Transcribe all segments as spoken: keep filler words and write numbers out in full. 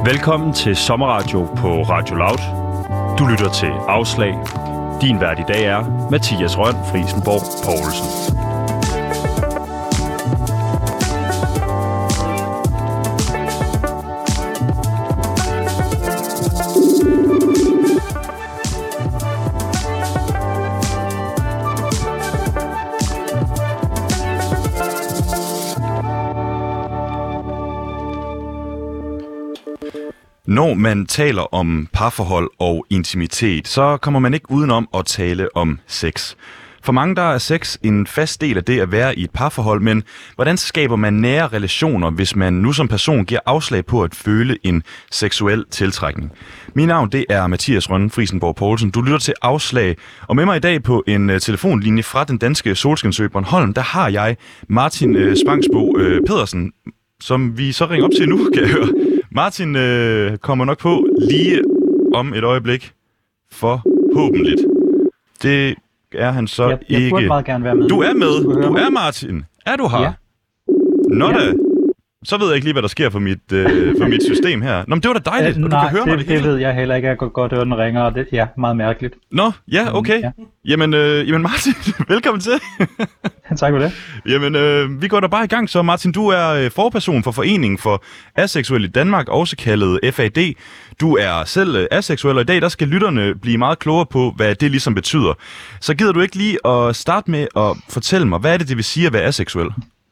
Velkommen til Sommerradio på Radio Loud. Du lytter til Afslag. Din vært i dag er Mathias Rønn Friesenborg Poulsen. Når man taler om parforhold og intimitet, så kommer man ikke udenom at tale om sex. For mange der er sex en fast del af det at være i et parforhold, men hvordan skaber man nære relationer, hvis man nu som person giver afslag på at føle en seksuel tiltrækning? Mit navn det er Mathias Rønn Friesenborg Poulsen. Du lytter til Afslag, og med mig i dag på en uh, telefonlinje fra den danske solskinsø Bornholm, der har jeg Martin uh, Spangsbo uh, Pedersen, som vi så ringer op til nu, kan jeg høre. Martin øh, kommer nok på lige om et øjeblik, forhåbentlig. Det er han så jeg, jeg ikke. Jeg burde meget gerne være med. Du er med. Du er Martin. Er du her? Ja. Nå ja. da. Så ved jeg ikke lige, hvad der sker for mit, øh, for mit system her. Nå, men det var da dejligt, øh, og du nej, kan høre det, mig det hele. det ved jeg heller ikke. Jeg kan godt høre, den ringer, og det ja, meget mærkeligt. Nå, ja, okay. Ja. Jamen, øh, jamen Martin, velkommen til. Tak for det. Jamen, øh, vi går da bare i gang så. Martin, du er øh, forperson for Foreningen for Aseksuelle i Danmark, også kaldet F A D. Du er selv øh, aseksuel, og i dag der skal lytterne blive meget klogere på, hvad det ligesom betyder. Så gider du ikke lige at starte med at fortælle mig, hvad er det, det vil sige at være aseksuel?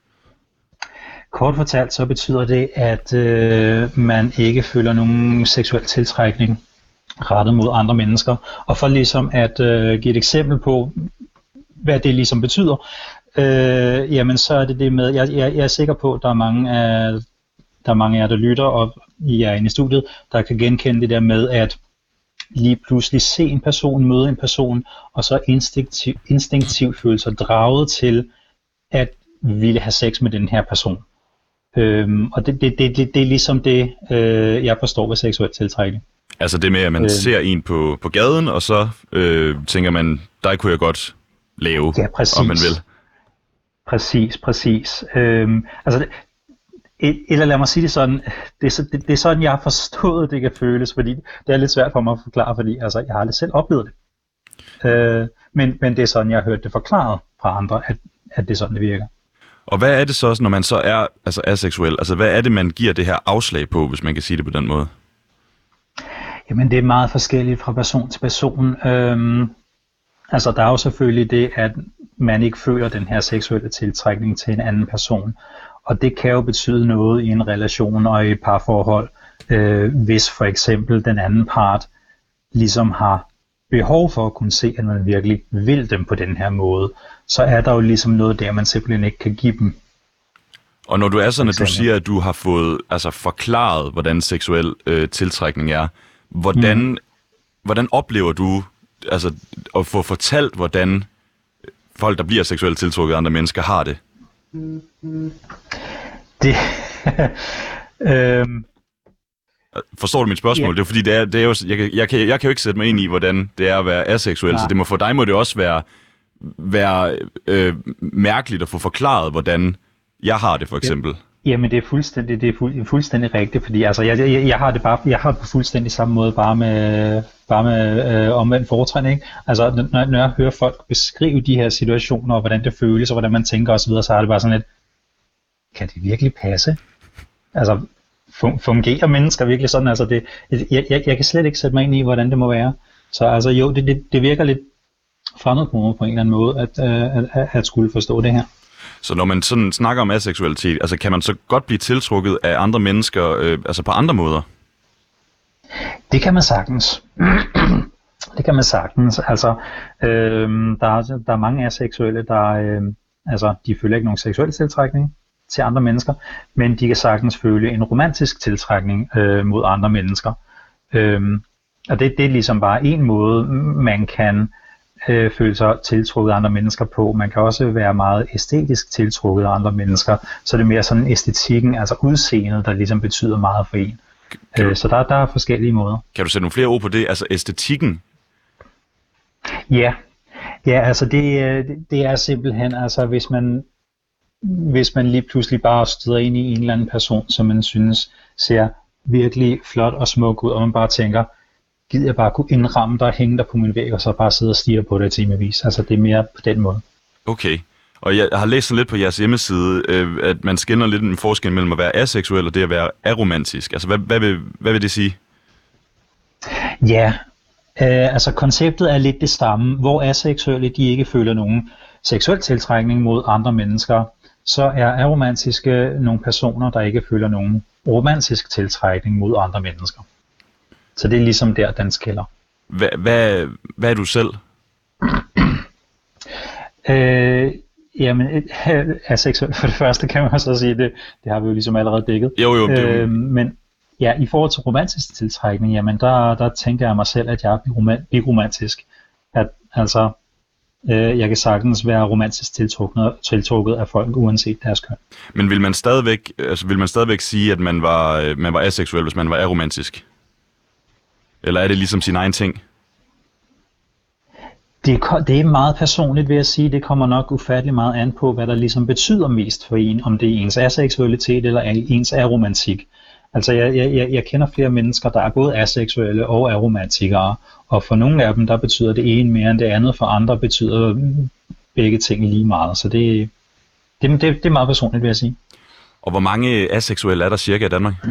Kort fortalt, så betyder det, at øh, man ikke føler nogen seksuel tiltrækning rettet mod andre mennesker. Og for ligesom at øh, give et eksempel på, hvad det ligesom betyder, øh, jamen så er det det med, jeg, jeg, jeg er sikker på, at der er mange af, der er mange af jer, der lytter, og I er inde i studiet, der kan genkende det der med, at lige pludselig se en person, møde en person, og så instinktiv, instinktivt føle sig draget til at ville have sex med den her person. Øhm, og det, det, det, det, det er ligesom det, øh, jeg forstår ved seksuel tiltrækning. Altså det med, at man øh, ser en på, på gaden, og så øh, tænker man, der kunne jeg godt lave, ja, præcis. om man vil. Præcis, præcis. Øhm, altså, det, eller lad mig sige det sådan, det er, det, det er sådan, jeg har forstået, det kan føles, fordi det er lidt svært for mig at forklare, fordi altså, jeg har aldrig selv oplevet det. Øh, men, men det er sådan, jeg har hørt det forklaret fra andre, at, at det er sådan, det virker. Og hvad er det så, når man så er altså aseksuel? Altså hvad er det, man giver det her afslag på, hvis man kan sige det på den måde? Jamen det er meget forskelligt fra person til person. Øhm, altså der er jo selvfølgelig det, at man ikke føler den her seksuelle tiltrækning til en anden person. Og det kan jo betyde noget i en relation og i et parforhold, øh, hvis for eksempel den anden part ligesom har behov for at kunne se, at man virkelig vil dem på den her måde, så er der jo ligesom noget der, man simpelthen ikke kan give dem. Og når du er sådan, at du siger, at du har fået altså, forklaret, hvordan seksuel øh, tiltrækning er, hvordan, mm. hvordan oplever du altså, at få fortalt, hvordan folk, der bliver seksuelt tiltrukket af andre mennesker, har det? Det... øhm Forstår du mit spørgsmål? Yeah. Det er fordi, det er, det er jo, jeg, jeg, jeg, kan, jeg kan jo ikke sætte mig ind i, hvordan det er at være aseksuel, nej. Så det må, for dig må det også være, være øh, mærkeligt at få forklaret, hvordan jeg har det, for eksempel. Ja. Jamen, det er fuldstændig, det er fuld, fuldstændig rigtigt, fordi altså, jeg, jeg, jeg har det bare, jeg har det på fuldstændig samme måde, bare med, bare med øh, omvendt foretræn, ikke? Altså, når, når jeg hører folk beskrive de her situationer, og hvordan det føles, og hvordan man tænker osv., så er det bare sådan lidt, kan det virkelig passe? Altså, fungerer mennesker virkelig sådan? Altså det, jeg, jeg, jeg kan slet ikke sætte mig ind i, hvordan det må være. Så altså jo, det, det, det virker lidt fremmed på mig på en eller anden måde, at, at, at, at skulle forstå det her. Så når man sådan snakker om aseksualitet, altså kan man så godt blive tiltrukket af andre mennesker, øh, altså på andre måder? Det kan man sagtens. Det kan man sagtens. Altså, øh, der, er, der er mange aseksuelle, der øh, altså, de føler ikke nogen seksuel tiltrækning til andre mennesker, men de kan sagtens føle en romantisk tiltrækning øh, mod andre mennesker. Øhm, og det, det er ligesom bare en måde, man kan øh, føle sig tiltrukket af andre mennesker på. Man kan også være meget æstetisk tiltrukket af andre mennesker, så det er mere sådan æstetikken, altså udseendet, der ligesom betyder meget for en. Øh, så der, der er forskellige måder. Kan du sætte nogle flere ord på det, altså æstetikken? Ja, ja altså det, det er simpelthen, altså hvis man hvis man lige pludselig bare støder ind i en eller anden person, som man synes ser virkelig flot og smuk ud, og man bare tænker, gider jeg bare kunne indramme dig, hænge dig på min væg, og så bare sidde og stirre på det i timevis. Altså det er mere på den måde. Okay. Og jeg har læst sådan lidt på jeres hjemmeside, øh, at man skelner lidt en forskel mellem at være aseksuel og det at være aromantisk. Altså hvad, hvad, vil, hvad vil det sige? Ja, øh, altså konceptet er lidt det samme. Hvor aseksuelle de ikke føler nogen seksuel tiltrækning mod andre mennesker, så er aromantiske nogle personer, der ikke føler nogen romantisk tiltrækning mod andre mennesker. Så det er ligesom der, den skiller. Hvad, hvad, hvad er du selv? øh, jamen, aseksuel for det første kan man så sige, det, det har vi jo ligesom allerede dækket. Jo, jo. Det øh, men ja, i forhold til romantisk tiltrækning, jamen der, der tænker jeg mig selv, at jeg er biromantisk. At, altså, øh, jeg kan sagtens være romantisk tiltrukket, tiltrukket af folk, uanset deres køn. Men vil man stadigvæk, altså, vil man stadigvæk sige, at man var, man var aseksuel, hvis man var aromantisk? Eller er det ligesom sin egen ting? Det, det er meget personligt, vil jeg sige. Det kommer nok ufattelig meget an på, hvad der ligesom betyder mest for en, om det er ens aseksualitet eller ens aromantik. Altså, jeg, jeg, jeg kender flere mennesker, der er både aseksuelle og aromantikere, og for nogle af dem, der betyder det ene mere end det andet, for andre betyder begge ting lige meget. Så det, det, det, det er meget personligt, vil jeg sige. Og hvor mange aseksuelle er der cirka i Danmark?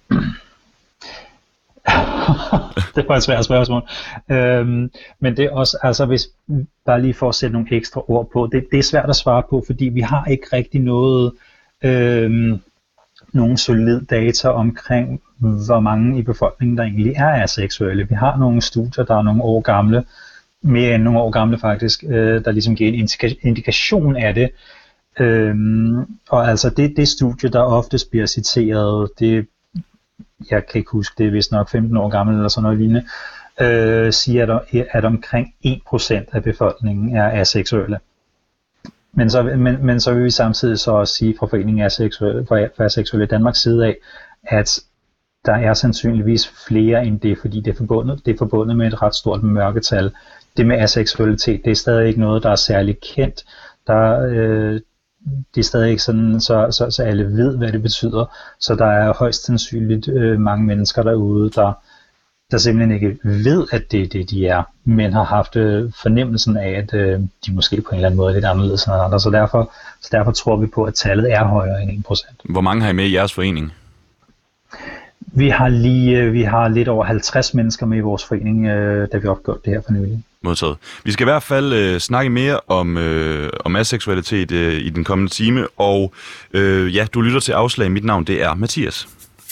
Det var et svært spørgsmål. Øhm, men det er også, altså hvis bare lige for at sætte nogle ekstra ord på, det, det er svært at svare på, fordi vi har ikke rigtig noget, øhm, nogen solid data omkring, hvor mange i befolkningen, der egentlig er aseksuelle. Vi har nogle studier, der er nogle år gamle, mere end nogle år gamle faktisk, øh, der ligesom giver en indika- indikation af det. Øhm, og altså det, det studie, der oftest bliver citeret, det jeg kan ikke huske, det er vist nok femten år gammel eller sådan noget lignende, øh, siger, at, at omkring en procent af befolkningen er aseksuelle. Men så, men, men så vil vi samtidig så også sige fra Foreningen Aseksuelle, for Aseksuelle Danmarks side af, at der er sandsynligvis flere end det, fordi det er forbundet, det er forbundet med et ret stort mørketal. Det med aseksualitet, det er stadig ikke noget, der er særlig kendt. Der, øh, det er stadig ikke sådan, så, så, så alle ved, hvad det betyder. Så der er højst sandsynligt øh, mange mennesker derude, der, der simpelthen ikke ved, at det er det, de er, men har haft øh, fornemmelsen af, at øh, de måske på en eller anden måde er lidt anderledes end andre. Så derfor, så derfor tror vi på, at tallet er højere end en procent. Hvor mange har I med i jeres forening? Vi har lige, vi har lidt over halvtreds mennesker med i vores forening, øh, da vi opgjorde det her for nylig. Modtaget. Vi skal i hvert fald øh, snakke mere om, øh, om aseksualitet øh, i den kommende time, og øh, ja, du lytter til Afslag. Mit navn, det er Mathias.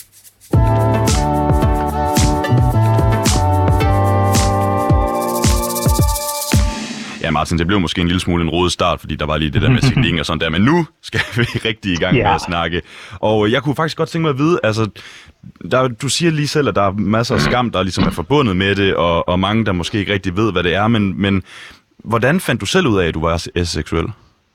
Ja, Martin, det blev måske en lille smule en rodet start, fordi der var lige det der med signing og sådan der, men nu skal vi rigtig i gang yeah. med at snakke. Og jeg kunne faktisk godt tænke mig at vide, altså, der, du siger lige selv, at der er masser af skam, der ligesom er forbundet med det, og, og mange, der måske ikke rigtig ved, hvad det er, men, men hvordan fandt du selv ud af, at du var aseksuel?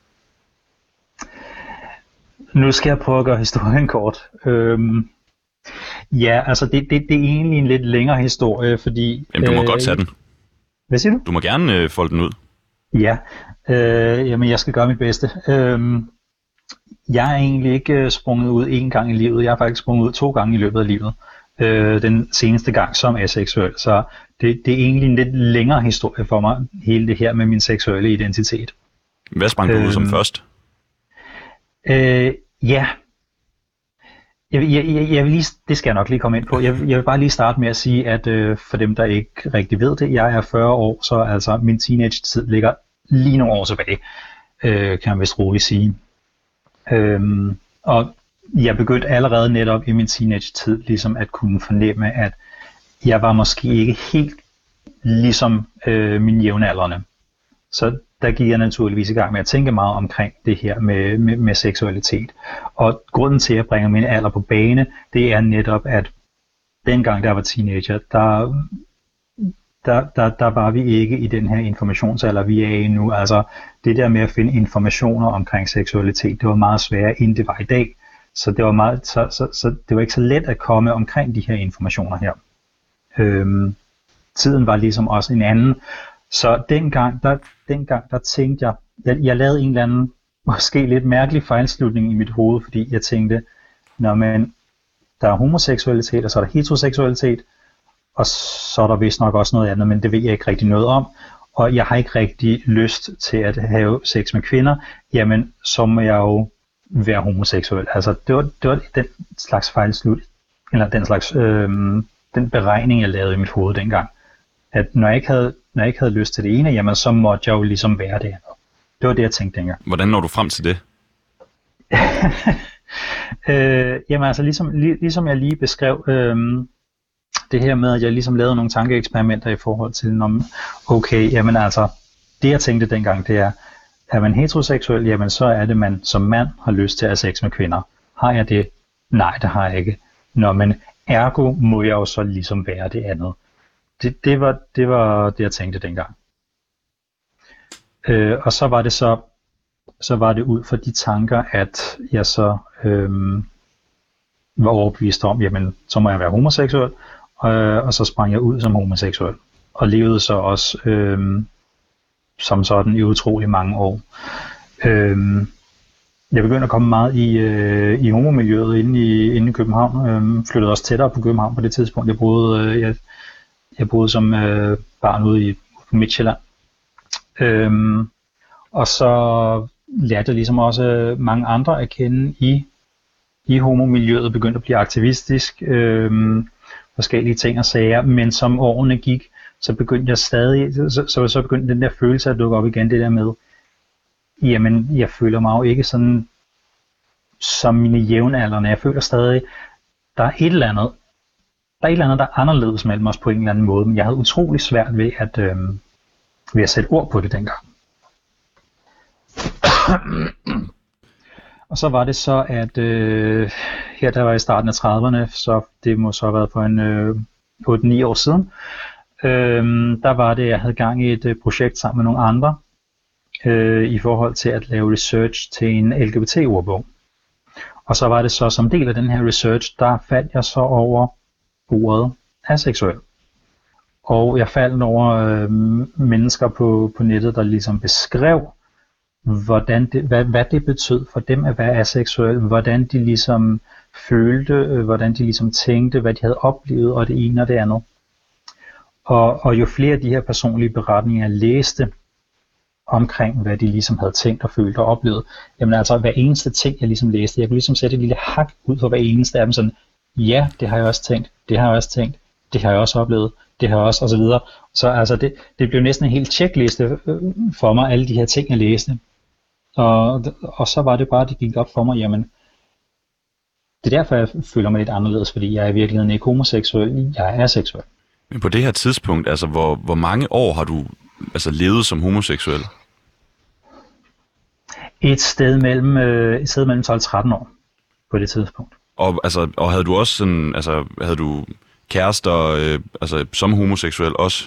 Nu skal jeg prøve at gøre historien kort. Øhm, ja, altså det, det, det er egentlig en lidt længere historie, fordi... Jamen, du må øh, godt tage den. Hvad siger du? Du må gerne øh, folde den ud. Ja, øh, jamen jeg skal gøre mit bedste. Øh, jeg er egentlig ikke sprunget ud en gang i livet, jeg har faktisk sprunget ud to gange i løbet af livet. Øh, den seneste gang som aseksuel, så det, det er egentlig en lidt længere historie for mig, hele det her med min seksuelle identitet. Hvad sprang du øh, ud som først? Øh, ja, jeg, jeg, jeg, jeg vil lige, det skal jeg nok lige komme ind på. Jeg, jeg vil bare lige starte med at sige, at øh, for dem, der ikke rigtig ved det, jeg er fyrre år, så altså min teenage-tid ligger lige nogle år tilbage, øh, kan man vist roligt sige. Øhm, og jeg begyndte allerede netop i min teenage-tid ligesom at kunne fornemme, at jeg var måske ikke helt ligesom øh, mine jævnaldrende. Så der gik jeg naturligvis i gang med at tænke meget omkring det her med, med, med seksualitet. Og grunden til, at jeg bringer min alder på bane, det er netop, at dengang, da jeg var teenager, der, der, der, der var vi ikke i den her informationsalder, vi er i nu. Altså det der med at finde informationer omkring seksualitet, det var meget sværere, end det var i dag. Så det var, meget, så, så, så det var ikke så let at komme omkring de her informationer her. Øhm, tiden var ligesom også en anden. Så dengang der, dengang, der tænkte jeg, jeg, jeg lavede en eller anden, måske lidt mærkelig fejlslutning i mit hoved, fordi jeg tænkte, nå men, der er homoseksualitet, og så er der heteroseksualitet, og så er der vist nok også noget andet, men det ved jeg ikke rigtig noget om. Og jeg har ikke rigtig lyst til at have sex med kvinder, jamen så må jeg jo være homoseksuel. Altså det var, det var den slags fejlslut, eller den slags øh, den beregning, jeg lavede i mit hoved dengang. At når jeg ikke havde, når jeg ikke havde lyst til det ene, jamen så måtte jeg jo ligesom være det andet. Det var det, jeg tænkte dengang. Hvordan når du frem til det? øh, jamen altså ligesom, lig, ligesom jeg lige beskrev, øh, det her med, at jeg ligesom lavede nogle tankeeksperimenter i forhold til, når, okay, jamen altså, det jeg tænkte dengang, det er, er man heteroseksuel, jamen så er det, man som mand har lyst til at have sex med kvinder. Har jeg det? Nej, det har jeg ikke. Nå, men ergo må jeg jo så ligesom være det andet. Det, det, var, det var det, jeg tænkte dengang. Øh, og så var det så, så var det ud fra de tanker, at jeg så øhm, var overbevist om, jamen så må jeg være homoseksuel, og, og så sprang jeg ud som homoseksuel, og levede så også øhm, som sådan i utrolig mange år. Øhm, jeg begyndte at komme meget i, øh, i homomiljøet inde i, inde i København, øhm, flyttede også tættere på København på det tidspunkt. Jeg boede, øh, jeg, jeg boede som øh, barn ude i på Midtjylland. Øhm, og så lærte jeg ligesom også mange andre at kende i, i homomiljøet, begyndte at blive aktivistisk, øhm, forskellige ting og sager, men som årene gik, så begyndte jeg stadig, så, så, så begyndte den der følelse at dukke op igen, det der med, jamen jeg føler mig jo ikke sådan som mine jævnaldrende, jeg føler stadig, der er et eller andet, der er et eller andet, der er anderledes mellem os på en eller anden måde, men jeg havde utrolig svært ved at, øhm, ved at sætte ord på det dengang. Og så var det så, at øh, her der var i starten af trediverne, så det må så have været for en øh, otte ni år siden, øh, der var det, jeg havde gang i et øh, projekt sammen med nogle andre, øh, i forhold til at lave research til en L G B T-ordbog. Og så var det så, som del af den her research, der faldt jeg så over ordet aseksuel. Og jeg faldt over øh, mennesker på, på nettet, der ligesom beskrev, hvordan det, hvad, hvad det betød for dem at være aseksuel, hvordan de ligesom følte, øh, hvordan de ligesom tænkte, hvad de havde oplevet, og det ene og det andet. Og, og jo flere af de her personlige beretninger jeg læste omkring, hvad de ligesom havde tænkt og følt og oplevet, jamen altså hver eneste ting, jeg ligesom læste, jeg kunne ligesom sætte et lille hak ud for hver eneste af dem, sådan, ja, det har jeg også tænkt, det har jeg også tænkt, det har jeg også oplevet, det har jeg også, og så videre. Så altså, det, det blev næsten en helt checkliste for mig, alle de her ting, jeg læste. Og, og så var det bare, det gik op for mig, jamen, det er derfor, jeg føler mig lidt anderledes, fordi jeg er i virkeligheden ikke homoseksuel, jeg er aseksuel. Men på det her tidspunkt, altså, hvor, hvor mange år har du altså, levet som homoseksuel? Et sted mellem, øh, et sted mellem tolv tretten år på det tidspunkt. Og, altså, og havde du også sådan, altså, havde du kærester øh, altså, som homoseksuel også?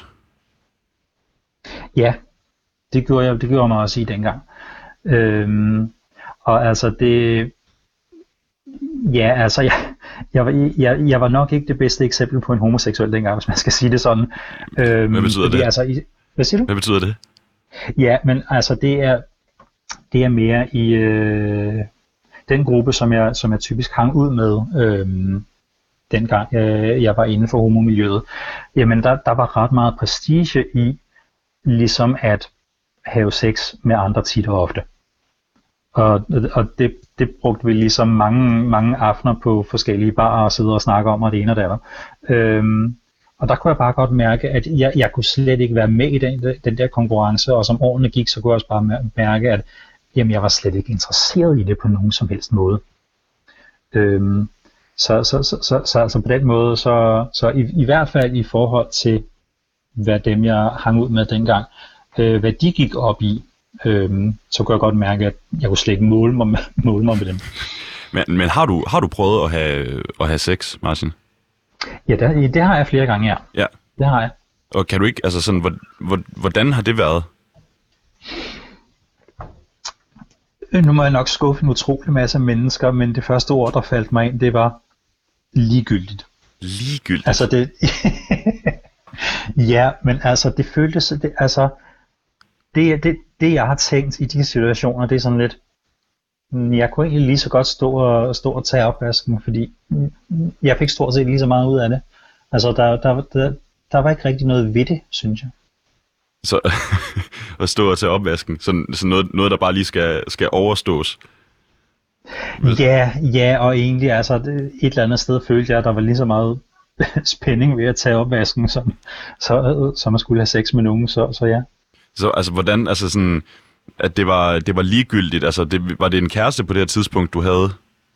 Ja, det gjorde jeg, det gjorde mig også i dengang. Øhm, og altså det, ja, altså jeg, jeg, var, jeg, jeg var nok ikke det bedste eksempel på en homoseksuel dengang, hvis man skal sige det sådan. Øhm, hvad betyder fordi, det? Altså, i, hvad siger du? Hvad betyder det? Ja, men altså det er, det er mere i øh, den gruppe, som jeg, som jeg typisk hang ud med, øh, dengang øh, jeg var inden for homomiljøet. Jamen der, der var ret meget prestige i, ligesom at have sex med andre tit og ofte. Og, og det, det brugte vi ligesom mange, mange aftener på forskellige barer og sidde og snakke om, og det ene og det andet. Øhm, og der kunne jeg bare godt mærke, at jeg, jeg kunne slet ikke være med i den, den der konkurrence, og som årene gik, så kunne jeg også bare mærke, at jamen, jeg var slet ikke interesseret i det på nogen som helst måde. Øhm, så, så, så, så, så altså på den måde, så, så i, i hvert fald i forhold til, hvad dem jeg hang ud med dengang, øh, hvad de gik op i, øh, så kunne jeg godt mærke, at jeg kunne slet ikke måle mig, måle mig med dem. Men, men har du har du prøvet at have at have sex, Martin? Ja, det, det har jeg flere gange, ja. Ja. Det har jeg. Og kan du ikke, altså sådan, hvordan har det været? Nu må jeg nok skuffe en utrolig masse mennesker, men det første ord, der faldt mig ind, det var ligegyldigt. Ligegyldigt? Altså det... ja, men altså det føltes... Det, altså, det, det, det jeg har tænkt i de situationer, det er sådan lidt... jeg kunne egentlig lige så godt stå og, stå og tage opvasken, fordi jeg fik stort set lige så meget ud af det. Altså, der, der, der, der var ikke rigtig noget ved det, synes jeg. Så at stå og tage opvasken, sådan, sådan noget, noget, der bare lige skal, skal overstås? Ja, ja, og egentlig, altså, et eller andet sted følte jeg, at der var lige så meget spænding ved at tage opvasken, som, så, som at skulle have sex med nogen, så, så ja. Så altså, hvordan, altså sådan, at det var, det var ligegyldigt, altså, det, var det en kæreste på det her tidspunkt, du havde?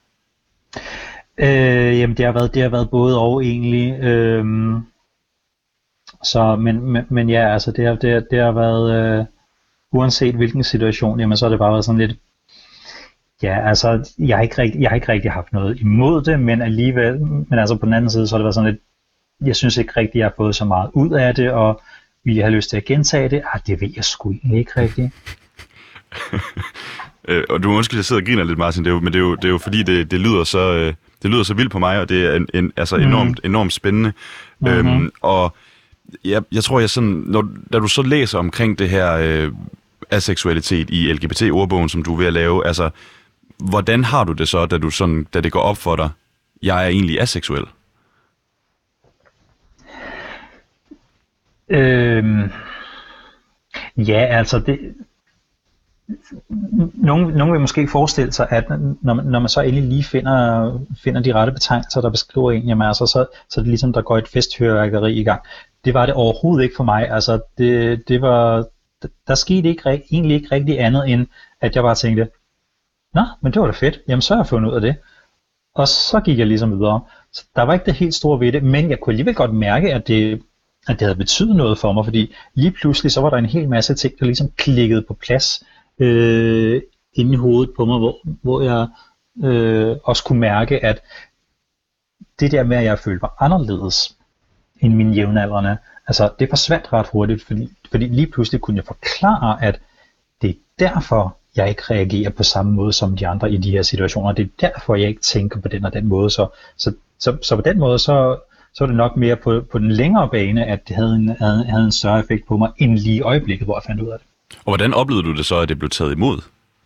Øh, jamen, det har været, det har været både og egentlig, øhm, så, men, men, men ja, altså, det har, det har, det har været, øh, uanset hvilken situation, jamen, så har det bare været sådan lidt, ja, altså, jeg har ikke rigtig, jeg har ikke rigtig haft noget imod det, men alligevel, men altså på den anden side, så har det været sådan lidt, jeg synes ikke rigtig, jeg har fået så meget ud af det, og vil jeg have lyst til at gentage det? Ah, det ved jeg sgu egentlig ikke rigtigt. øh, og du undskyld, jeg sidder og griner lidt, Martin, det er jo, men det er jo, det er jo fordi, det, det, lyder så, øh, det lyder så vildt på mig, og det er en, en, altså enormt, mm. enormt spændende. Mm-hmm. Øhm, og jeg, jeg tror, jeg sådan, når, da du så læser omkring det her øh, aseksualitet i L G B T-ordbogen, som du er ved at lave, altså, hvordan har du det så, da, du sådan, da det går op for dig, jeg er egentlig aseksuel? Øhm, ja, altså det... Nogen, nogen vil måske forestille sig, at når man, når man så endelig lige finder, finder de rette betegnelser, der beskriver en, jamen altså, så, så er det ligesom, der går et festfyrværkeri i gang. Det var det overhovedet ikke for mig. Altså, det, det var, der skete ikke, egentlig ikke rigtig andet, end at jeg bare tænkte, nå, men det var da fedt. Jamen, så har jeg fundet ud af det. Og så gik jeg ligesom videre. Så der var ikke det helt store ved det, men jeg kunne alligevel godt mærke, at det, at det havde betydet noget for mig, fordi lige pludselig så var der en hel masse ting, der ligesom klikkede på plads øh, inde i hovedet på mig, hvor, hvor jeg øh, også kunne mærke, at det der med, at jeg følte mig anderledes end mine jævnaldrende, altså det forsvandt ret hurtigt, fordi, fordi lige pludselig kunne jeg forklare, at det er derfor, jeg ikke reagerer på samme måde som de andre i de her situationer. Det er derfor, jeg ikke tænker på den og den måde. Så, så, så, så på den måde, så, så er det nok mere på, på den længere bane, at det havde en, havde, havde en større effekt på mig, end lige i øjeblikket, hvor jeg fandt ud af det. Og hvordan oplevede du det så, at det blev taget imod?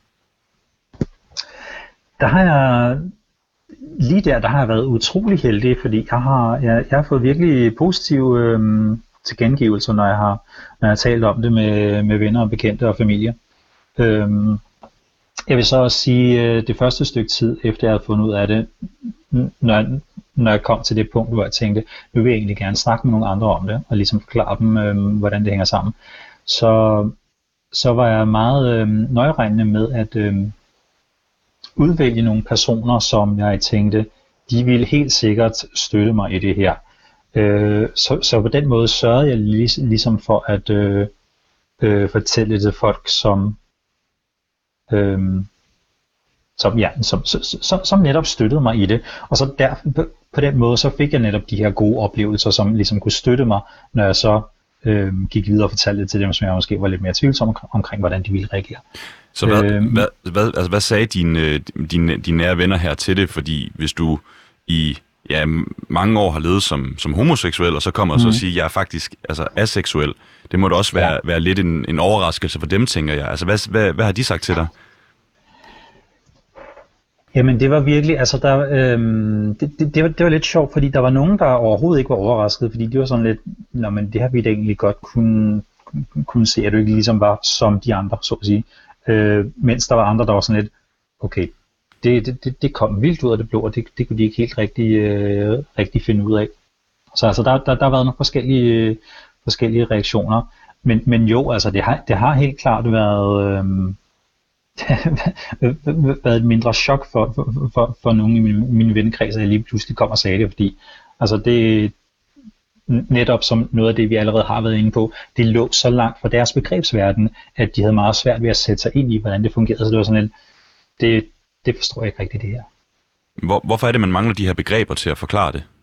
Der har jeg, lige der, der har jeg været utrolig heldig, fordi jeg har, jeg, jeg har fået virkelig positive øhm, tilkendegivelser, når jeg har, når jeg har talt om det med, med venner og bekendte og familie. Øhm, jeg vil så også sige, øh, det første stykke tid, efter jeg havde fundet ud af det, når jeg, når jeg kom til det punkt, hvor jeg tænkte, nu vil jeg egentlig gerne snakke med nogle andre om det, og ligesom forklare dem, øh, hvordan det hænger sammen, så, så var jeg meget øh, nøjeregnende med at øh, udvælge nogle personer, som jeg tænkte, de ville helt sikkert støtte mig i det her. Øh, så, så på den måde sørgede jeg lig, ligesom for at øh, øh, fortælle det til folk, som Øhm, som, ja, som, som, som netop støttede mig i det, og så der, på, på den måde så fik jeg netop de her gode oplevelser, som ligesom kunne støtte mig, når jeg så øhm, gik videre og fortalte det til dem, som jeg måske var lidt mere tvivlsom om, omkring, hvordan de ville reagere. Så hvad, øhm, hvad, hvad, altså, hvad sagde dine, dine, dine nære venner her til det? Fordi hvis du i ja, mange år har levet som, som homoseksuel, og så kommer mm-hmm. så og siger, at jeg er faktisk altså, aseksuel, det må da også være, ja. være lidt en, en overraskelse for dem, tænker jeg. Altså, hvad, hvad, hvad har de sagt til dig? Jamen, det var virkelig, altså, der, øhm, det, det, det, var, det var lidt sjovt, fordi der var nogen, der overhovedet ikke var overrasket, fordi de var sådan lidt, nå, men det har vi da egentlig godt kunne, kunne se, at du ikke ligesom var som de andre, så at sige. Øh, mens der var andre, der var sådan lidt, okay, det, det, det, det kom vildt ud af det blå, og det, det kunne de ikke helt rigtig, øh, rigtig finde ud af. Så altså, der, der, der har været nogle forskellige, forskellige reaktioner. Men, men jo, altså det har, det har helt klart været, øhm, været et mindre chok for, for, for, for nogle i min, min vennekreds, at jeg lige pludselig kom og sagde det, fordi altså det netop som noget af det, vi allerede har været inde på, det lå så langt fra deres begrebsverden, at de havde meget svært ved at sætte sig ind i, hvordan det fungerede. Så det var sådan et, det, det forstår jeg ikke rigtigt det her. Hvor, hvorfor er det, man mangler de her begreber til at forklare det?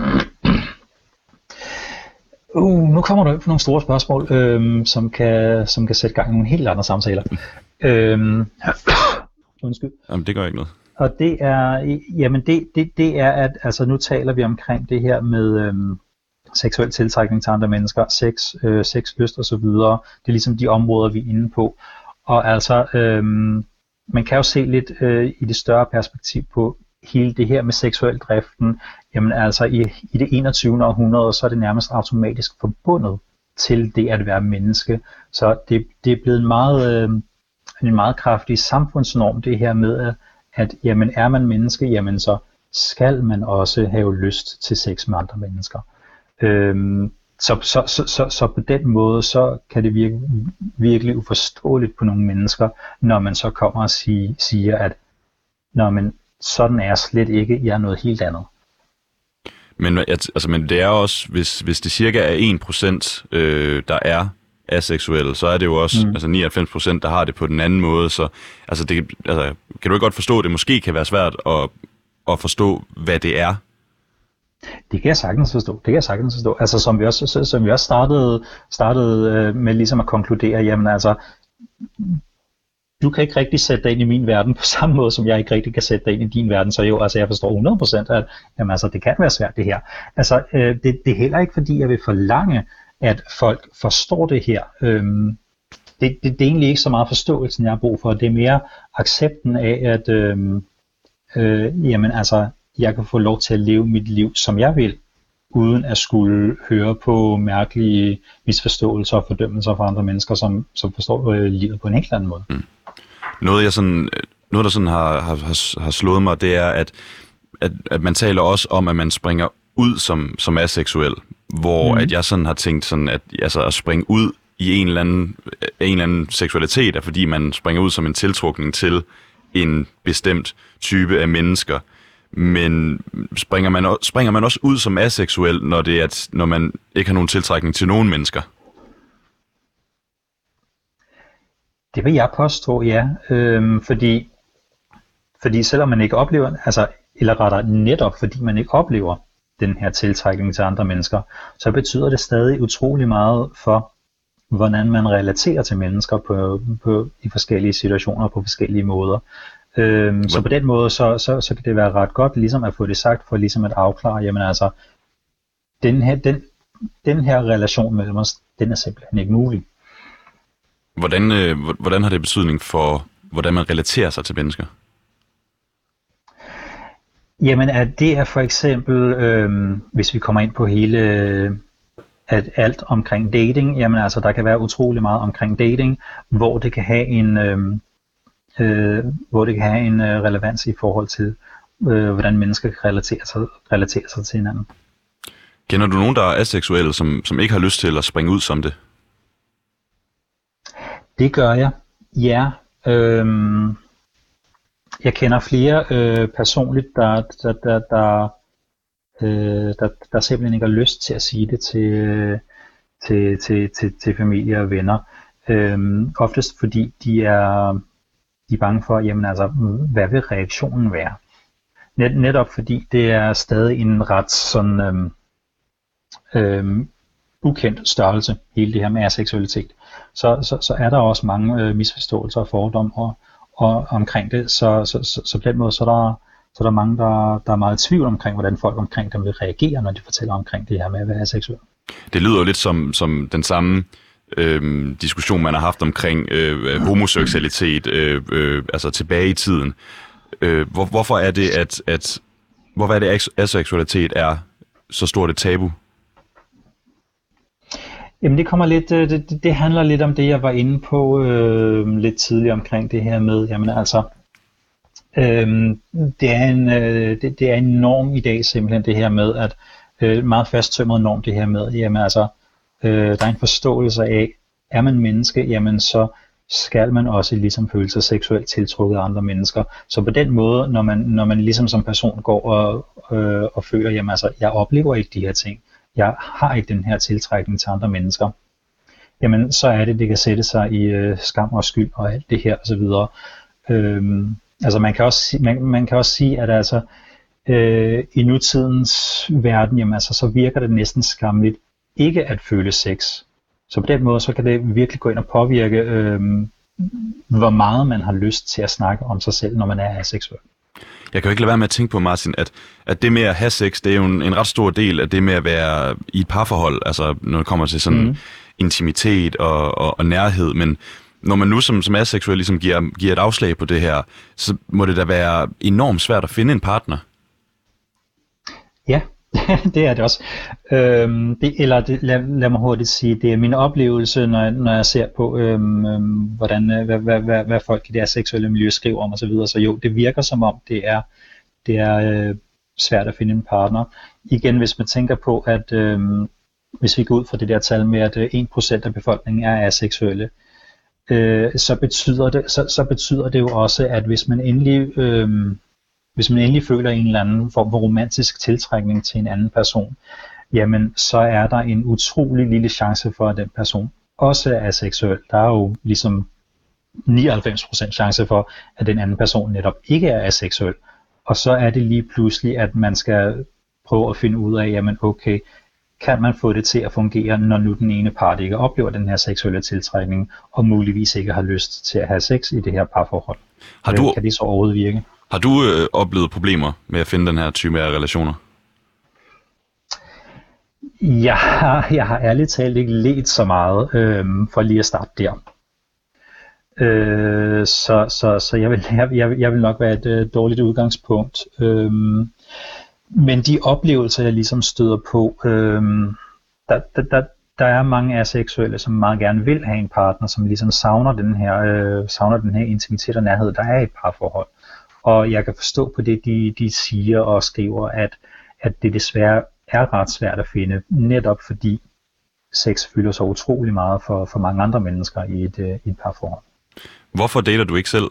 Uh, nu kommer du ind på nogle store spørgsmål, øhm, som, kan, som kan sætte gang i nogle helt andre samtaler. øhm, undskyld. Jamen, det gør ikke noget. Og det er, jamen det, det, det er, at altså nu taler vi omkring det her med øhm, seksuel tiltrækning til andre mennesker, sex, øh, sex, lyst og så videre. Det er ligesom de områder, vi er inde på. Og altså, øhm, man kan jo se lidt øh, i det større perspektiv på hele det her med seksuel driften. Jamen altså i, i det enogtyvende århundrede, så er det nærmest automatisk forbundet til det at være menneske. Så det, det er blevet en meget, øh, en meget kraftig samfundsnorm, det her med, at, at jamen, er man menneske, jamen så skal man også have lyst til sex med andre mennesker. Øhm, så, så, så, så, så på den måde, så kan det virke virkelig uforståeligt på nogle mennesker, når man så kommer og sige, siger, at når man, sådan er jeg slet ikke, jeg er noget helt andet. Men, altså, men det er også, hvis, hvis det cirka er en procent, øh, der er aseksuelle, så er det jo også mm. altså nioghalvfems procent, der har det på den anden måde. Så altså, det, altså, kan du ikke godt forstå, at det måske kan være svært at, at forstå, hvad det er? Det kan jeg sagtens forstå. Det kan jeg sagtens forstå. Altså som vi også, som vi også startede, startede med ligesom at konkludere, jamen altså, du kan ikke rigtig sætte dig ind i min verden på samme måde, som jeg ikke rigtig kan sætte dig ind i din verden. Så jo, altså jeg forstår hundrede procent, at jamen, altså, det kan være svært det her. Altså øh, det, det er heller ikke fordi, jeg vil forlange, at folk forstår det her. Øhm, det, det, det er egentlig ikke så meget forståelsen, jeg har brug for. Det er mere accepten af, at øhm, øh, jamen altså, jeg kan få lov til at leve mit liv, som jeg vil, uden at skulle høre på mærkelige misforståelser og fordømmelser fra andre mennesker, som, som forstår øh, livet på en helt anden måde. Mm. Noget, jeg sådan, noget, der sådan har, har, har slået mig, det er, at, at, at man taler også om, at man springer ud som, som aseksuel, hvor mm. at jeg sådan har tænkt, sådan, at, altså, at springe ud i en eller, anden, en eller anden seksualitet, er fordi man springer ud som en tiltrukning til en bestemt type af mennesker. Men springer man, springer man også ud som aseksuel, når, det er, at, når man ikke har nogen tiltrækning til nogen mennesker? Det vil jeg påstå, ja. Øhm, fordi, fordi selvom man ikke oplever, altså, eller rettere netop fordi man ikke oplever den her tiltrækning til andre mennesker, så betyder det stadig utrolig meget for, hvordan man relaterer til mennesker på, på, i forskellige situationer på forskellige måder. Øhm, så på den måde, så, så, så kan det være ret godt ligesom at få det sagt, for ligesom at afklare, jamen altså, den her, den, den her relation mellem os, den er simpelthen ikke mulig. Hvordan, øh, hvordan har det betydning for, hvordan man relaterer sig til mennesker? Jamen, at det er for eksempel, øh, hvis vi kommer ind på hele, at alt omkring dating, jamen altså, der kan være utrolig meget omkring dating, hvor det kan have en, øh, øh, hvor det kan have en øh, relevans i forhold til, øh, hvordan mennesker kan relatere sig, relatere sig til hinanden. Kender du nogen, der er aseksuelle, som, som ikke har lyst til at springe ud som det? Det gør jeg, ja. Øhm, jeg kender flere øh, personligt, der, der, der, der, øh, der, der simpelthen ikke har lyst til at sige det til, til, til, til, til familie og venner. Øhm, oftest fordi de er, de er bange for, jamen altså, hvad vil reaktionen være? Net, netop fordi det er stadig en ret sådan øhm, øhm, ukendt størrelse, hele det her med aseksualitet. Så, så, så er der også mange øh, misforståelser og fordomme og, og, omkring det. Så, så, så, så på den måde, så er der, så er der mange, der, der er meget i tvivl omkring, hvordan folk omkring dem vil reagere, når de fortæller omkring det her med at være aseksuel. Det lyder jo lidt som, som den samme øh, diskussion, man har haft omkring øh, homoseksualitet, øh, øh, altså tilbage i tiden. Øh, hvor, hvorfor er det, at, at hvorfor er det, at aseksualitet er så stort et tabu? Jamen det kommer lidt, det, det handler lidt om det, jeg var inde på øh, lidt tidligere omkring det her med, jamen altså, øh, det, er en, øh, det, det er en norm i dag simpelthen det her med, at øh, meget fasttømret norm det her med, jamen altså, øh, der er en forståelse af, er man menneske, jamen så skal man også ligesom føle sig seksuelt tiltrukket af andre mennesker. Så på den måde, når man, når man ligesom som person går og, øh, og føler, jamen altså, jeg oplever ikke de her ting, jeg har ikke den her tiltrækning til andre mennesker, jamen så er det, det kan sætte sig i øh, skam og skyld og alt det her osv. Øhm, altså man kan, også, man, man kan også sige, at altså, øh, i nutidens verden, jamen altså, så virker det næsten skamligt ikke at føle sex. Så på den måde, så kan det virkelig gå ind og påvirke, øh, hvor meget man har lyst til at snakke om sig selv, når man er aseksuel. Jeg kan jo ikke lade være med at tænke på, Martin, at, at det med at have sex, det er jo en, en ret stor del af det med at være i et parforhold, altså når det kommer til sådan mm. intimitet og, og, og nærhed, men, når man nu som, som aseksuel ligesom giver, giver et afslag på det her, så må det da være enormt svært at finde en partner. Ja, det er det også. Øhm, det, eller det, lad, lad mig hurtigt sige, det er min oplevelse, når, når jeg ser på, øhm, øhm, hvordan, hvad, hvad, hvad, hvad folk i det seksuelle miljø skriver om osv. Så, så jo, det virker som om, det er, det er øh, svært at finde en partner. Igen, hvis man tænker på, at øhm, hvis vi går ud fra det der tal med, at en procent af befolkningen er aseksuelle, øh, så, betyder det, så, så betyder det jo også, at hvis man endelig... Øh, Hvis man endelig føler en eller anden form for romantisk tiltrækning til en anden person, jamen så er der en utrolig lille chance for, at den person også er aseksuel. Der er jo ligesom nioghalvfems procent chance for, at den anden person netop ikke er aseksuel. Og så er det lige pludselig, at man skal prøve at finde ud af, jamen okay, kan man få det til at fungere, når nu den ene part ikke oplever den her seksuelle tiltrækning, og muligvis ikke har lyst til at have sex i det her parforhold. Har du... Kan det så overhovedet virke? Har du øh, oplevet problemer med at finde den her type af relationer? Jeg har, jeg har ærligt talt ikke let så meget, øh, for lige at starte der. Øh, så så, så jeg, vil, jeg, jeg vil nok være et øh, dårligt udgangspunkt. Øh, men de oplevelser, jeg ligesom støder på, øh, der, der, der, der er mange aseksuelle, som meget gerne vil have en partner, som ligesom savner den her, øh, savner den her intimitet og nærhed, der er i et parforhold. Og jeg kan forstå på det, de, de siger og skriver, at, at det desværre er ret svært at finde, netop fordi sex fylder så utrolig meget for, for mange andre mennesker i et, i et parforhold. Hvorfor dater du ikke selv?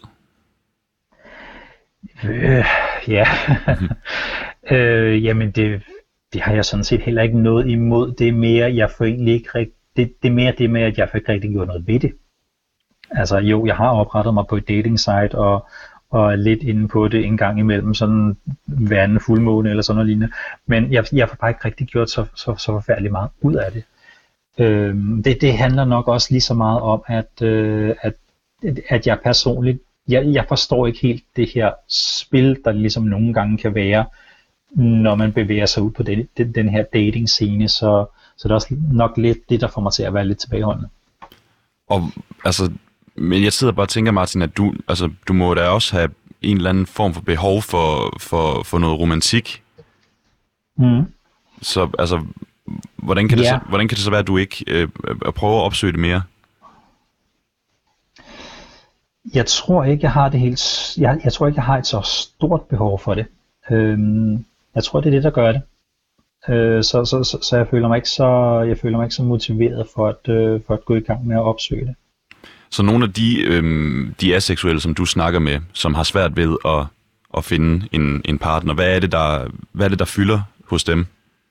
Øh, ja, øh, jamen det, det har jeg sådan set heller ikke noget imod. Det er mere, jeg får egentlig ikke rigt, det, det er mere det med, at jeg får ikke rigtig gjort noget ved det. Altså jo, jeg har oprettet mig på et dating site og og er lidt inde på det en gang imellem, sådan hver anden fuldmåne eller sådan noget lignende. Men jeg, jeg får bare ikke rigtig gjort så, så, så forfærdeligt meget ud af det. Øhm, det. Det handler nok også lige så meget om, at, øh, at, at jeg personligt, jeg, jeg forstår ikke helt det her spil, der ligesom nogle gange kan være, når man bevæger sig ud på den, den, den her dating scene, så, så det er også nok lidt det, der får mig til at være lidt tilbageholdende. Og altså... Men jeg sidder bare og tænker, Martin, at du, altså, du må da også have en eller anden form for behov for, for, for noget romantik. Mm. Så altså, hvordan kan, det yeah. så, hvordan kan det så være, at du ikke øh, prøver at opsøge det mere? Jeg tror ikke, jeg har det helt. Jeg, jeg tror ikke, jeg har et så stort behov for det. Øhm, jeg tror, det er det, der gør det. Øh, så, så, så, så jeg føler mig ikke så, jeg føler mig ikke så motiveret for at, øh, for at gå i gang med at opsøge det. Så nogle af de, øhm, de aseksuelle, som du snakker med, som har svært ved at, at finde en, en partner, hvad er, det, der, hvad er det, der fylder hos dem?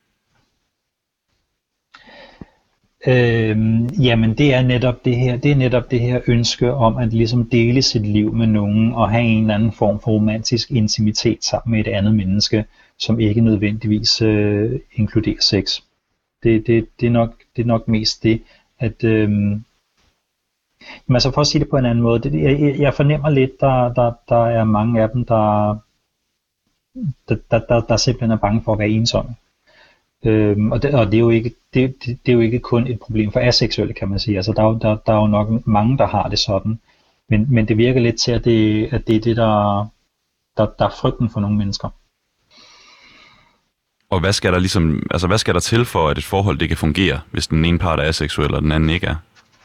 Øhm, jamen det er netop det her, det er netop det her ønske om at ligesom dele sit liv med nogen og have en eller anden form for romantisk intimitet sammen med et andet menneske, som ikke nødvendigvis øh, inkluderer sex. Det, det, det, er nok, det er nok mest det, at øhm, men altså for at sige det på en anden måde, det, jeg, jeg fornemmer lidt, der, der, der er mange af dem, der, der, der, der, der simpelthen er bange for at være ensomme. Øhm, og det, og det, er jo ikke, det, det, det er jo ikke kun et problem for aseksuelle, kan man sige. Altså der, der, der er jo nok mange, der har det sådan. Men, men det virker lidt til, at det, at det er det, der, der, der er frygten for nogle mennesker. Og hvad skal der ligesom, altså hvad skal der til for, at et forhold det kan fungere, hvis den ene part er aseksuel, og den anden ikke er?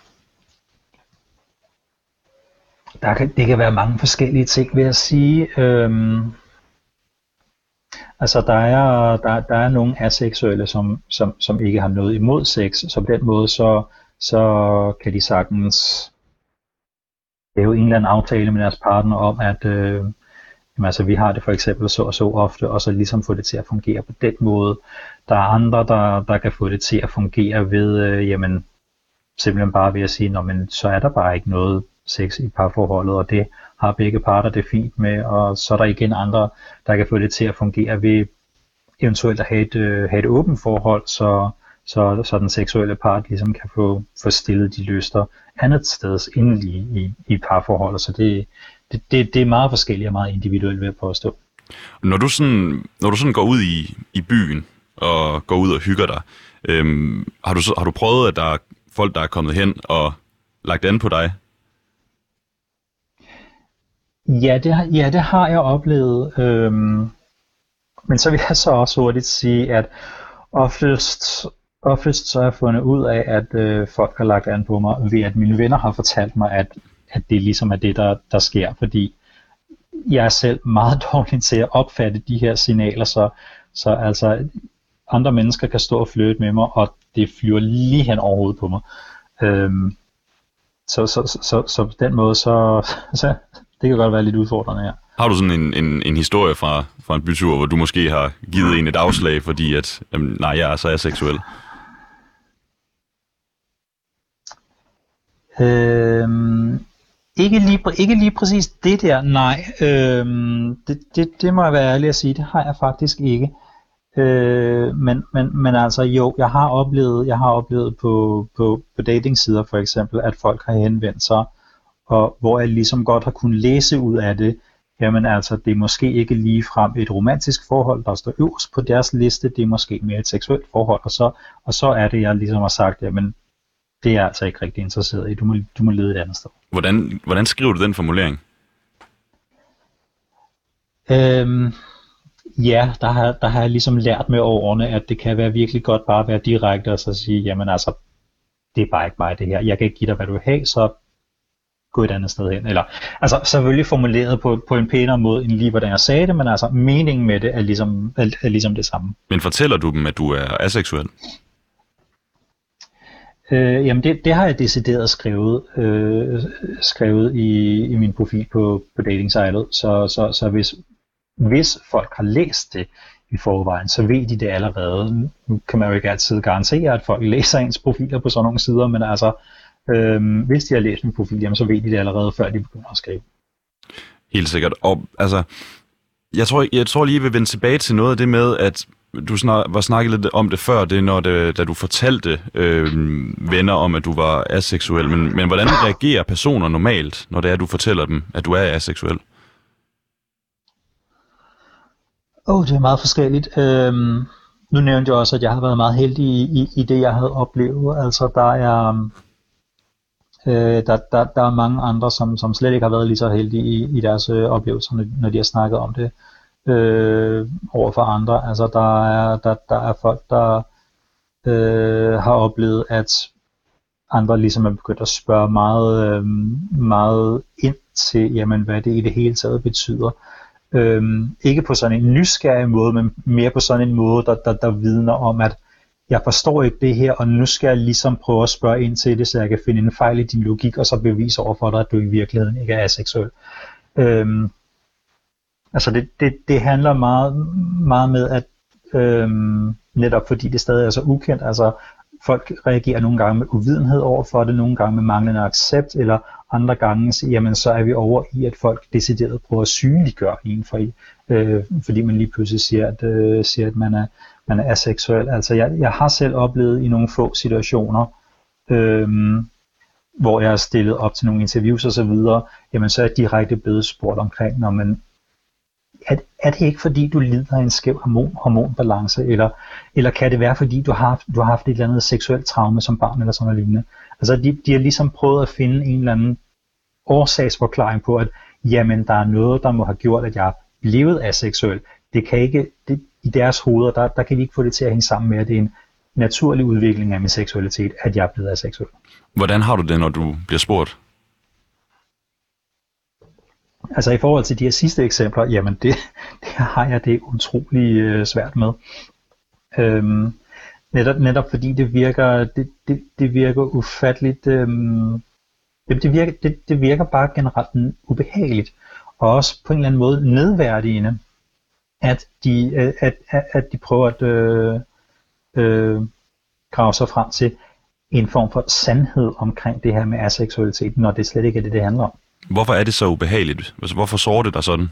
Der kan, det kan være mange forskellige ting, vil jeg sige. Øhm, altså der er, der, der er nogle aseksuelle, som, som, som ikke har noget imod sex, så på den måde så, så kan de sagtens lave en eller anden aftale med deres partner om, at øh, jamen, altså, vi har det for eksempel så og så ofte, og så ligesom få det til at fungere på den måde. Der er andre, der, der kan få det til at fungere ved, øh, jamen, simpelthen bare ved at sige, nå, men så er der bare ikke noget sex i parforholdet, og det har begge parter det fint med, og så er der igen andre, der kan få det til at fungere ved eventuelt at have et, øh, have et åbent forhold, så, så, så den seksuelle part ligesom kan få, få stillet de lyster andet sted endelig i, i parforholdet, så det, det, det, det er meget forskelligt og meget individuelt ved at påstå. Når du sådan, når du sådan går ud i, i byen og går ud og hygger dig, øhm, har, du, har du prøvet, at der er folk, der er kommet hen og lagt an på dig? Ja, det har, ja, det har jeg oplevet. Øhm, men så vil jeg så også hurtigt sige, at oftest, oftest så har jeg fundet ud af, at øh, folk har lagt an på mig, ved at mine venner har fortalt mig, at, at det ligesom er det, der, der sker. Fordi jeg er selv meget dårlig til at opfatte de her signaler, så, så altså andre mennesker kan stå og flytte med mig, og det flyver lige hen over hovedet på mig. Øhm, så, så, så, så, så på den måde, så, så det kan godt være lidt udfordrende her. Har du sådan en, en, en historie fra, fra en bytur, hvor du måske har givet en et afslag, fordi at, jamen, nej, jeg er så aseksuel? Øhm, ikke, lige, ikke lige præcis det der, nej. Øhm, det, det, det må jeg være ærlig at sige, det har jeg faktisk ikke. Øh, men, men, men altså jo, jeg har oplevet, jeg har oplevet på, på, på datingsider for eksempel, at folk har henvendt sig, og hvor jeg ligesom godt har kunnet læse ud af det, jamen altså, det er måske ikke ligefrem et romantisk forhold, der står øverst på deres liste, det er måske mere et seksuelt forhold, og så, og så er det, jeg ligesom har sagt, jamen, det er jeg altså ikke rigtig interesseret i, du må, du må lede et andet sted. Hvordan, hvordan skriver du den formulering? Øhm, ja, der har, der har jeg ligesom lært med årene, at det kan være virkelig godt bare at være direkte og så sige, jamen altså, det er bare ikke mig det her, jeg kan ikke give dig, hvad du vil have, så gå et andet sted hen. Eller, altså selvfølgelig formuleret på, på en pænere måde, end lige hvordan jeg sagde det, men altså meningen med det er ligesom, er, er ligesom det samme. Men fortæller du dem, at du er aseksuel? Øh, jamen det, det har jeg decideret skrevet, øh, skrevet i, i min profil på, på datingsitet, så, så, så hvis, hvis folk har læst det i forvejen, så ved de det allerede. Nu kan man jo ikke altid garantere, at folk læser ens profiler på sådan nogle sider, men altså Øhm, hvis de har læst min profil, jamen, så ved de det allerede, før de begynder at skrive. Helt sikkert. Og altså, jeg tror, jeg tror lige, jeg vil vende tilbage til noget af det med, at du snak, var snakket lidt om det før, det når det, da du fortalte øh, venner om, at du var aseksuel. Men, men hvordan reagerer personer normalt, når det er, at du fortæller dem, at du er aseksuel? Åh, oh, det er meget forskelligt. Øhm, nu nævnte jeg også, at jeg har været meget heldig i, i, i det, jeg havde oplevet. Altså, der er... Øh, der, der, der er mange andre, som, som slet ikke har været lige så heldige i, i deres øh, oplevelser, når, når de har snakket om det øh, over for andre. Altså der er, der, der er folk, der øh, har oplevet, at andre ligesom er begyndt at spørge meget, øh, meget ind til, jamen, hvad det i det hele taget betyder. Øh, ikke på sådan en nysgerrig måde, men mere på sådan en måde, der, der, der vidner om, at jeg forstår ikke det her, og nu skal jeg ligesom prøve at spørge ind til det, så jeg kan finde en fejl i din logik, og så bevise over for dig, at du i virkeligheden ikke er aseksuel. Øhm, altså det, det, det handler meget, meget med, at øhm, netop fordi det stadig er så ukendt, altså folk reagerer nogle gange med uvidenhed over for det, nogle gange med manglende accept, eller andre gange, jamen så er vi over i, at folk decideret prøver at synliggøre en for, øh, fordi man lige pludselig siger, at, øh, siger, at man er man er aseksuel. Altså jeg, jeg har selv oplevet i nogle få situationer, øhm, hvor jeg har stillet op til nogle interviews og så videre, jamen så er jeg direkte blevet spurgt omkring, når man, er, er det ikke fordi du lider af en skæv hormon, hormonbalance, eller, eller kan det være fordi du har, du har haft et eller andet seksuelt traume som barn eller sådan noget lignende. Altså de, de har ligesom prøvet at finde en eller anden årsagsforklaring på, at jamen der er noget, der må have gjort, at jeg er blevet aseksuel. Det kan ikke, det, i deres hoveder, der, der kan de ikke få det til at hænge sammen med, at det er en naturlig udvikling af min seksualitet, at jeg er blevet aseksuel. Hvordan har du det, når du bliver spurgt? Altså i forhold til de her sidste eksempler, jamen det, det har jeg det utrolig øh, svært med. Øhm, netop, netop fordi det virker, det, det, det virker ufatteligt, øhm, det, det, virker, det, det virker bare generelt ubehageligt, og også på en eller anden måde nedværdigende, at de, at, at, at de prøver at øh, øh, grave sig frem til en form for sandhed omkring det her med aseksualitet, når det slet ikke er det, det handler om. Hvorfor er det så ubehageligt? Hvorfor sårer det dig sådan?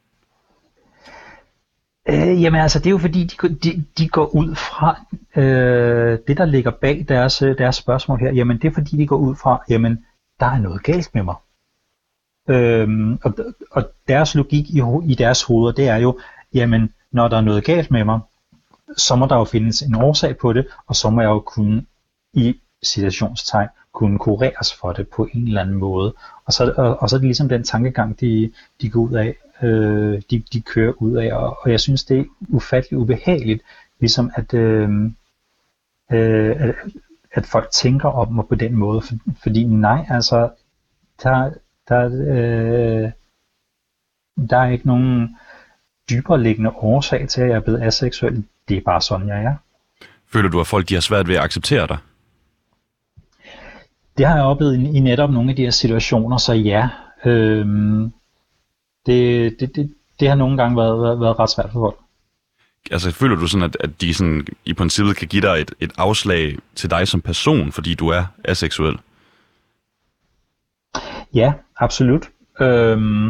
Øh, jamen altså, det er jo fordi, de, de, de går ud fra, øh, det der ligger bag deres, deres spørgsmål her, jamen det er fordi, de går ud fra, jamen der er noget galt med mig. Øh, og, og deres logik i, i deres hoveder, det er jo, jamen når der er noget galt med mig, så må der jo findes en årsag på det, og så må jeg jo kunne i citationstegn kunne kureres for det på en eller anden måde. Og så, og, og så er det ligesom den tankegang, de, de går ud af, øh, de, de kører ud af, og, og jeg synes, det er ufatteligt ubehageligt, ligesom at, øh, øh, at, at folk tænker om mig på den måde, for, fordi nej, altså, der, der, øh, der er ikke nogen dybere liggende årsag til, at jeg er blevet aseksuel. Det er bare sådan, jeg er. Føler du, at folk de har svært ved at acceptere dig? Det har jeg oplevet i, i netop nogle af de her situationer, så ja. Øhm, det, det, det, det har nogle gange været, været, været ret svært for folk. Altså føler du sådan, at, at de sådan, i princippet kan give dig et, et afslag til dig som person, fordi du er aseksuel? Ja, absolut. Øhm,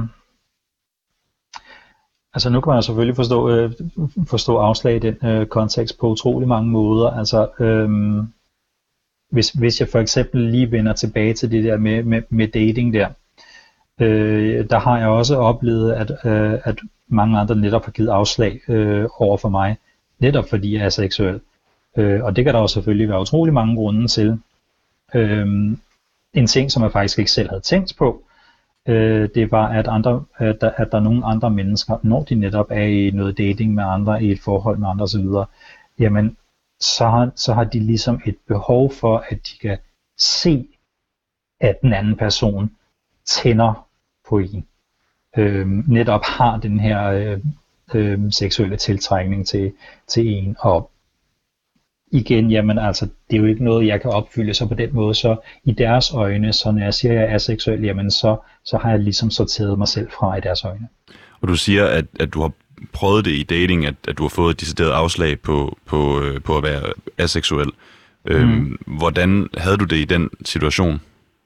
altså nu kan man selvfølgelig forstå, øh, forstå afslag i den øh, kontekst på utrolig mange måder. Altså øhm, hvis, hvis jeg for eksempel lige vender tilbage til det der med, med, med dating der, øh, der har jeg også oplevet, at, øh, at mange andre netop har givet afslag øh, over for mig, netop fordi jeg er seksuel. Øh, og det kan der jo selvfølgelig være utrolig mange grunde til. Øh, en ting, som jeg faktisk ikke selv havde tænkt på, øh, det var, at, andre, at, der, at der er nogle andre mennesker, når de netop er i noget dating med andre, i et forhold med andre osv., jamen, så har, så har de ligesom et behov for, at de kan se, at den anden person tænder på en. Øh, netop har den her øh, øh, seksuelle tiltrækning til, til en. Og igen, jamen altså, det er jo ikke noget, jeg kan opfylde, så på den måde, så i deres øjne, så når jeg siger, at jeg er seksuel, jamen så, så har jeg ligesom sorteret mig selv fra i deres øjne. Og du siger, at, at du har prøvet det i dating, at, at du har fået et decideret afslag på, på, på at være aseksuel. Mm. Øhm, hvordan havde du det i den situation?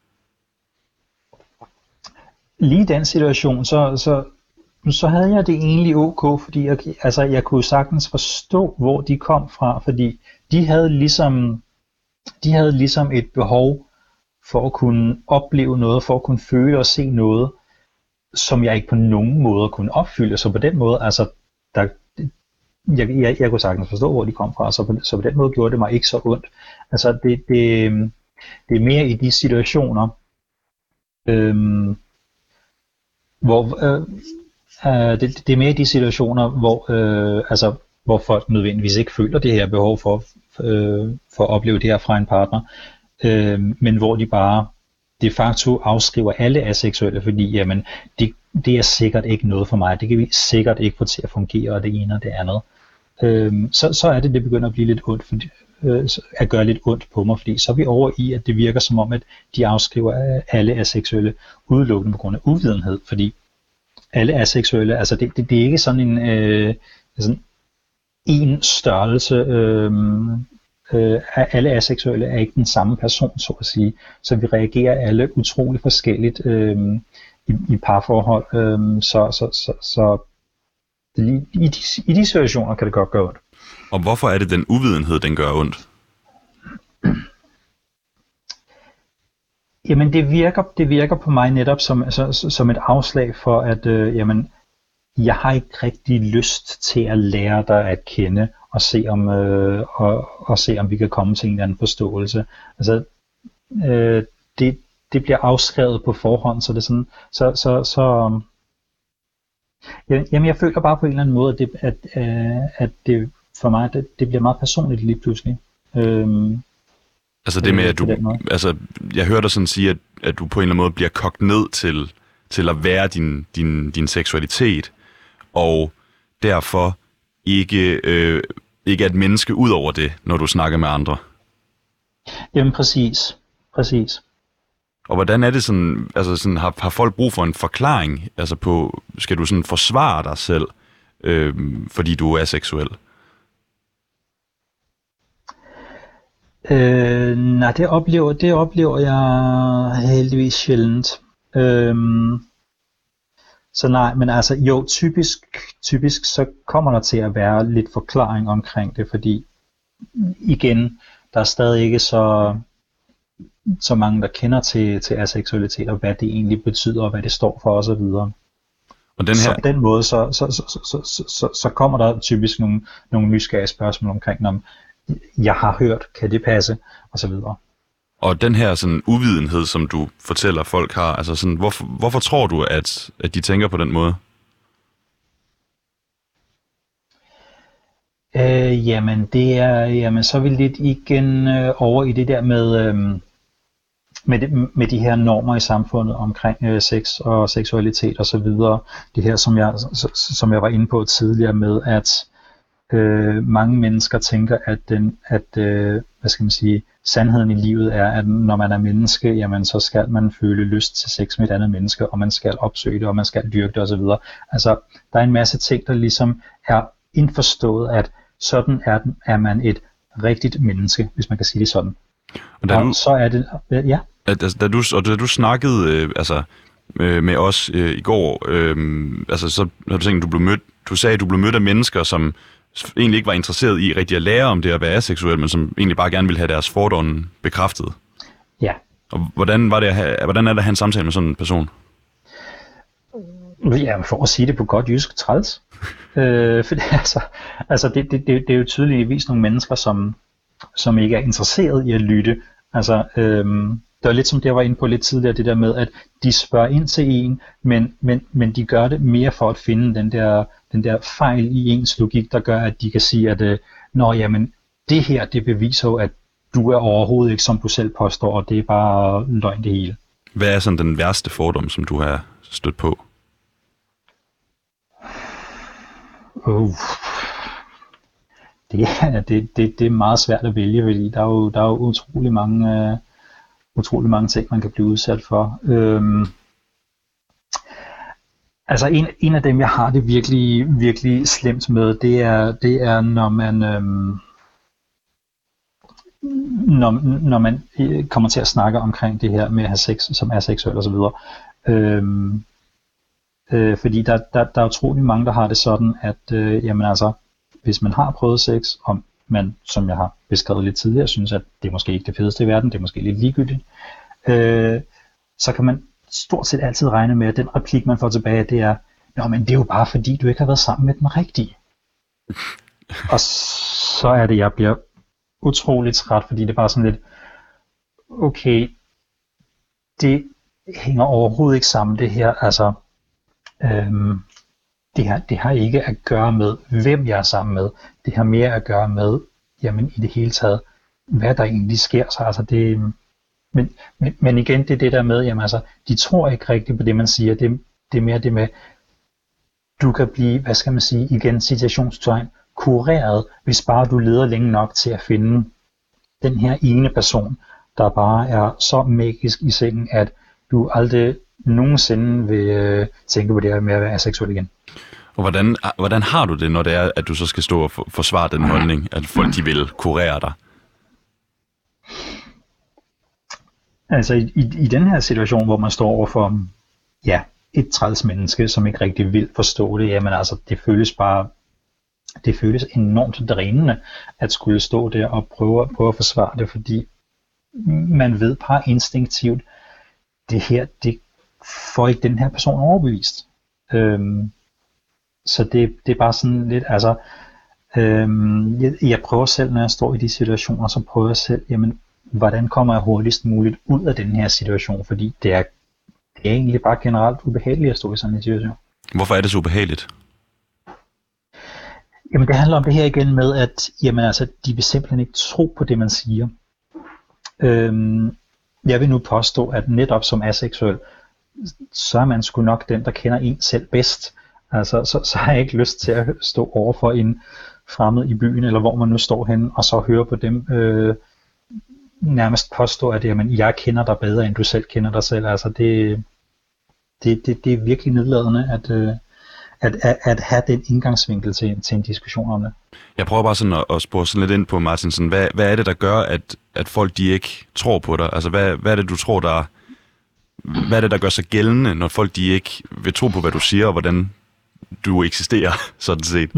Lige i den situation, så, så, så havde jeg det egentlig ok, fordi jeg, altså, jeg kunne sagtens forstå, hvor de kom fra, fordi de havde ligesom, de havde ligesom et behov for at kunne opleve noget, for at kunne føle og se noget, som jeg ikke på nogen måde kunne opfylde. Så på den måde, altså, der, jeg, jeg, jeg kunne sagtens forstå, hvor de kom fra, så på, så på den måde gjorde det mig ikke så ondt. Altså, det, det, det er mere i de situationer, øhm, hvor øh, øh, det, det er mere i de situationer, hvor, øh, altså, hvor folk nødvendigvis ikke føler det her behov for, øh, for at opleve det her fra en partner, øh, men hvor de bare de facto afskriver alle aseksuelle, fordi jamen, det, det er sikkert ikke noget for mig, det kan vi sikkert ikke få til at fungere, og det ene og det andet. Øh, så, så er det, det begynder at blive lidt ondt, for, øh, at gøre lidt ondt på mig, fordi så er vi over i, at det virker som om, at de afskriver alle aseksuelle udelukkende på grund af uvidenhed, fordi alle aseksuelle, altså det, det, det er ikke sådan en øh, sådan en størrelse, øh, øh, alle aseksuelle er ikke den samme person, så at sige, så vi reagerer alle utrolig forskelligt øh, i, i parforhold, øh, så, så, så, så i, i, de, i de situationer kan det godt gøre ondt. Og hvorfor er det den uvidenhed, den gør ondt? Jamen det virker, det virker på mig netop som, så, som et afslag for, at øh, jamen, jeg har ikke rigtig lyst til at lære dig at kende og se om, øh, og, og se om vi kan komme til en eller anden forståelse. Altså øh, det, det bliver afskrevet på forhånd, så det er sådan, så, så, så jamen jeg føler bare på en eller anden måde, at det, at, øh, at det for mig det, det bliver meget personligt lige pludselig. Øhm, Altså det med, at du, altså jeg hører dig sådan sige, at, at du på en eller anden måde bliver kogt ned til, til at være din, din, din seksualitet, og derfor ikke, øh, ikke er et menneske ud over det, når du snakker med andre. Jamen præcis, præcis. Og hvordan er det sådan, altså sådan, har, har folk brug for en forklaring, altså på, skal du sådan forsvare dig selv, øh, fordi du er seksuel? Øh, nej, det oplever, det oplever jeg heldigvis sjældent. Øhm, så nej, men altså jo, typisk, typisk så kommer der til at være lidt forklaring omkring det, fordi igen, der er stadig ikke så, så mange, der kender til, til aseksualitet, og hvad det egentlig betyder, og hvad det står for osv. Og den her... Så på den måde, så, så, så, så, så, så, så kommer der typisk nogle, nogle nysgerrige spørgsmål omkring, om jeg har hørt, kan det passe, og så videre. Og den her sådan uvidenhed, som du fortæller folk har, altså sådan, hvorfor, hvorfor tror du, at, at de tænker på den måde? Øh, jamen, det er, jamen, så er vi lidt igen øh, over i det der med, øh, med, det, med de her normer i samfundet omkring øh, sex og seksualitet og så videre. Det her, som jeg, som jeg var inde på tidligere med, at øh, mange mennesker tænker, at, den, at øh, hvad skal man sige, sandheden i livet er, at når man er menneske, jamen, så skal man føle lyst til sex med et andet menneske, og man skal opsøge det, og man skal dyrke det osv. Altså, der er en masse ting, der ligesom er indforstået, at sådan er, den, er man et rigtigt menneske, hvis man kan sige det sådan. Og, da og du, så er det, ja. At, altså, da du, og da du snakkede øh, altså, øh, med os øh, i går, øh, altså, så har du tænkt, du blev mødt, du sagde, at du blev mødt af mennesker, som egentlig ikke var interesseret i rigtig at lære om det at være aseksuel, men som egentlig bare gerne ville have deres fordomme bekræftet. Ja. Og hvordan, var det at have, hvordan er det at have en samtale med sådan en person? Ja, for at sige det på godt jysk, træls. øh, for det, altså, altså det, det, det, det er jo tydeligvis nogle mennesker, som, som ikke er interesseret i at lytte. Altså, øhm, det var lidt som det, jeg var inde på lidt tidligere, det der med, at de spørger ind til en, men, men, men de gør det mere for at finde den der, den der fejl i ens logik, der gør, at de kan sige, at øh, nå, jamen, det her, det beviser jo, at du er overhovedet ikke, som du selv påstår, og det er bare løgn det hele. Hvad er sådan den værste fordom, som du har stødt på? Uh. Det, er, det, det, det er meget svært at vælge, fordi der er jo, der er jo utrolig mange, uh, utrolig mange ting, man kan blive udsat for. Øhm, altså en, en af dem, jeg har det virkelig, virkelig slemt med, det er, det er når man, øhm, når, når man kommer til at snakke omkring det her med at have sex, som er seksuel og så videre. Øhm, øh, fordi der, der, der er utrolig mange, der har det sådan, at øh, jamen altså, hvis man har prøvet sex, og man, som jeg har beskrevet lidt tidligere, synes, at det er måske ikke det fedeste i verden, det er måske lidt ligegyldigt, øh, så kan man stort set altid regne med, at den replik, man får tilbage, det er, nå, men det er jo bare fordi, du ikke har været sammen med den rigtige. Og så er det, jeg bliver utroligt træt, fordi det er bare sådan lidt, okay, det hænger overhovedet ikke sammen, det her, altså, øhm, Det har, det har ikke at gøre med, hvem jeg er sammen med. Det har mere at gøre med, jamen i det hele taget, hvad der egentlig sker. Så, altså det, men, men, men igen, det er det der med, jamen altså, de tror ikke rigtigt på det, man siger. Det, det er mere det med, du kan blive, hvad skal man sige, igen citationstegn, kureret, hvis bare du leder længe nok til at finde den her ene person, der bare er så magisk i sengen, at du aldrig nogensinde vil øh, tænke på det her med at være aseksuel igen. Og hvordan, hvordan har du det, når det er, at du så skal stå og forsvare den holdning, at folk de vil kurere dig? Altså i, i, i den her situation, hvor man står over for ja, et træls menneske, som ikke rigtig vil forstå det, jamen altså det føles bare, det føles enormt drænende at skulle stå der og prøve, prøve at forsvare det, fordi man ved bare instinktivt, det her, det får ikke den her person overbevist. Øhm, så det, det er bare sådan lidt, altså, øhm, jeg, jeg prøver selv, når jeg står i de situationer, så prøver jeg selv, jamen, hvordan kommer jeg hurtigst muligt ud af den her situation, fordi det er, det er egentlig bare generelt ubehageligt at stå i sådan en situation. Hvorfor er det så ubehageligt? Jamen, det handler om det her igen med, at jamen, altså, de vil simpelthen ikke tro på det, man siger. Øhm, jeg vil nu påstå, at netop som aseksuel, så er man sgu nok den, der kender en selv bedst. Altså, så, så har jeg ikke lyst til at stå over for en fremmed i byen, eller hvor man nu står henne, og så høre på dem øh, nærmest påstå, at jamen, jeg kender dig bedre, end du selv kender dig selv. Altså, det, det, det, det er virkelig nedladende, at, øh, at, at, at have den indgangsvinkel til, til en diskussion om det. Jeg prøver bare sådan at, at spore sådan lidt ind på, Martin, sådan, hvad, hvad er det, der gør, at, at folk de ikke tror på dig? Altså, hvad, hvad er det, du tror, der hvad er det, der gør sig gældende, når folk de ikke vil tro på, hvad du siger, og hvordan du eksisterer, sådan set?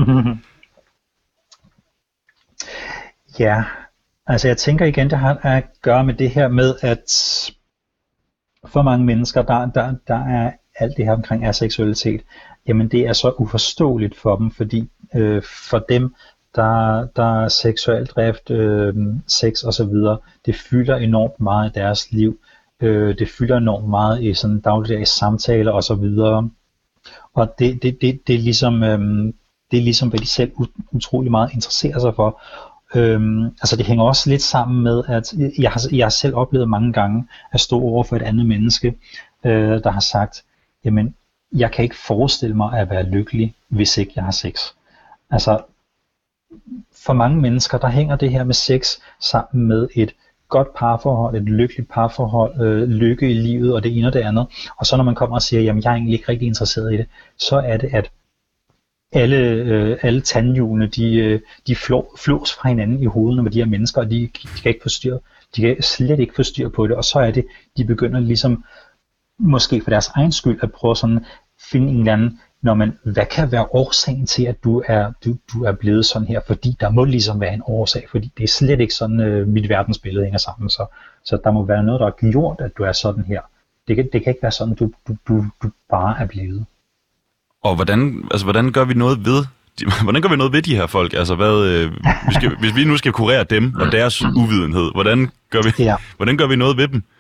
Ja, altså jeg tænker igen, det har at gøre med det her med, at for mange mennesker, der, der, der er alt det her omkring aseksualitet, jamen det er så uforståeligt for dem, fordi øh, for dem, der, der er seksuel drift, øh, sex osv., det fylder enormt meget i deres liv. Øh, det fylder enormt meget i sådan dagligdags samtaler osv. Og det, det, det, det, er ligesom, øh, det er ligesom, hvad de selv utrolig meget interesserer sig for. Øhm, altså det hænger også lidt sammen med, at jeg har, jeg har selv oplevet mange gange at stå over for et andet menneske, øh, der har sagt, jamen, jeg kan ikke forestille mig at være lykkelig, hvis ikke jeg har sex. Altså, for mange mennesker, der hænger det her med sex sammen med et godt parforhold, et lykkeligt parforhold, øh, lykke i livet og det ene og det andet. Og så når man kommer og siger, jamen, jeg er egentlig ikke rigtig interesseret i det, så er det, at alle, øh, alle tandhjulene, de, øh, de flå, flås fra hinanden i hovederne med de her mennesker, og de, de kan ikke få styr, de kan slet ikke få styr på det, og så er det, de begynder ligesom, måske for deres egen skyld, at prøve sådan finde en eller anden, når man, hvad kan være årsagen til, at du er, du, du er blevet sådan her, fordi der må ligesom være en årsag, fordi det er slet ikke sådan, øh, mit verdensbillede hænger sammen, så, så der må være noget, der har gjort, at du er sådan her. Det kan, det kan ikke være sådan, du, du, du, du bare er blevet. Og hvordan, altså, hvordan gør vi noget ved, hvordan gør vi noget ved de her folk? Altså, hvad, øh, vi skal, hvis vi nu skal kurere dem og deres uvidenhed, hvordan gør vi, ja. hvordan gør vi noget ved dem?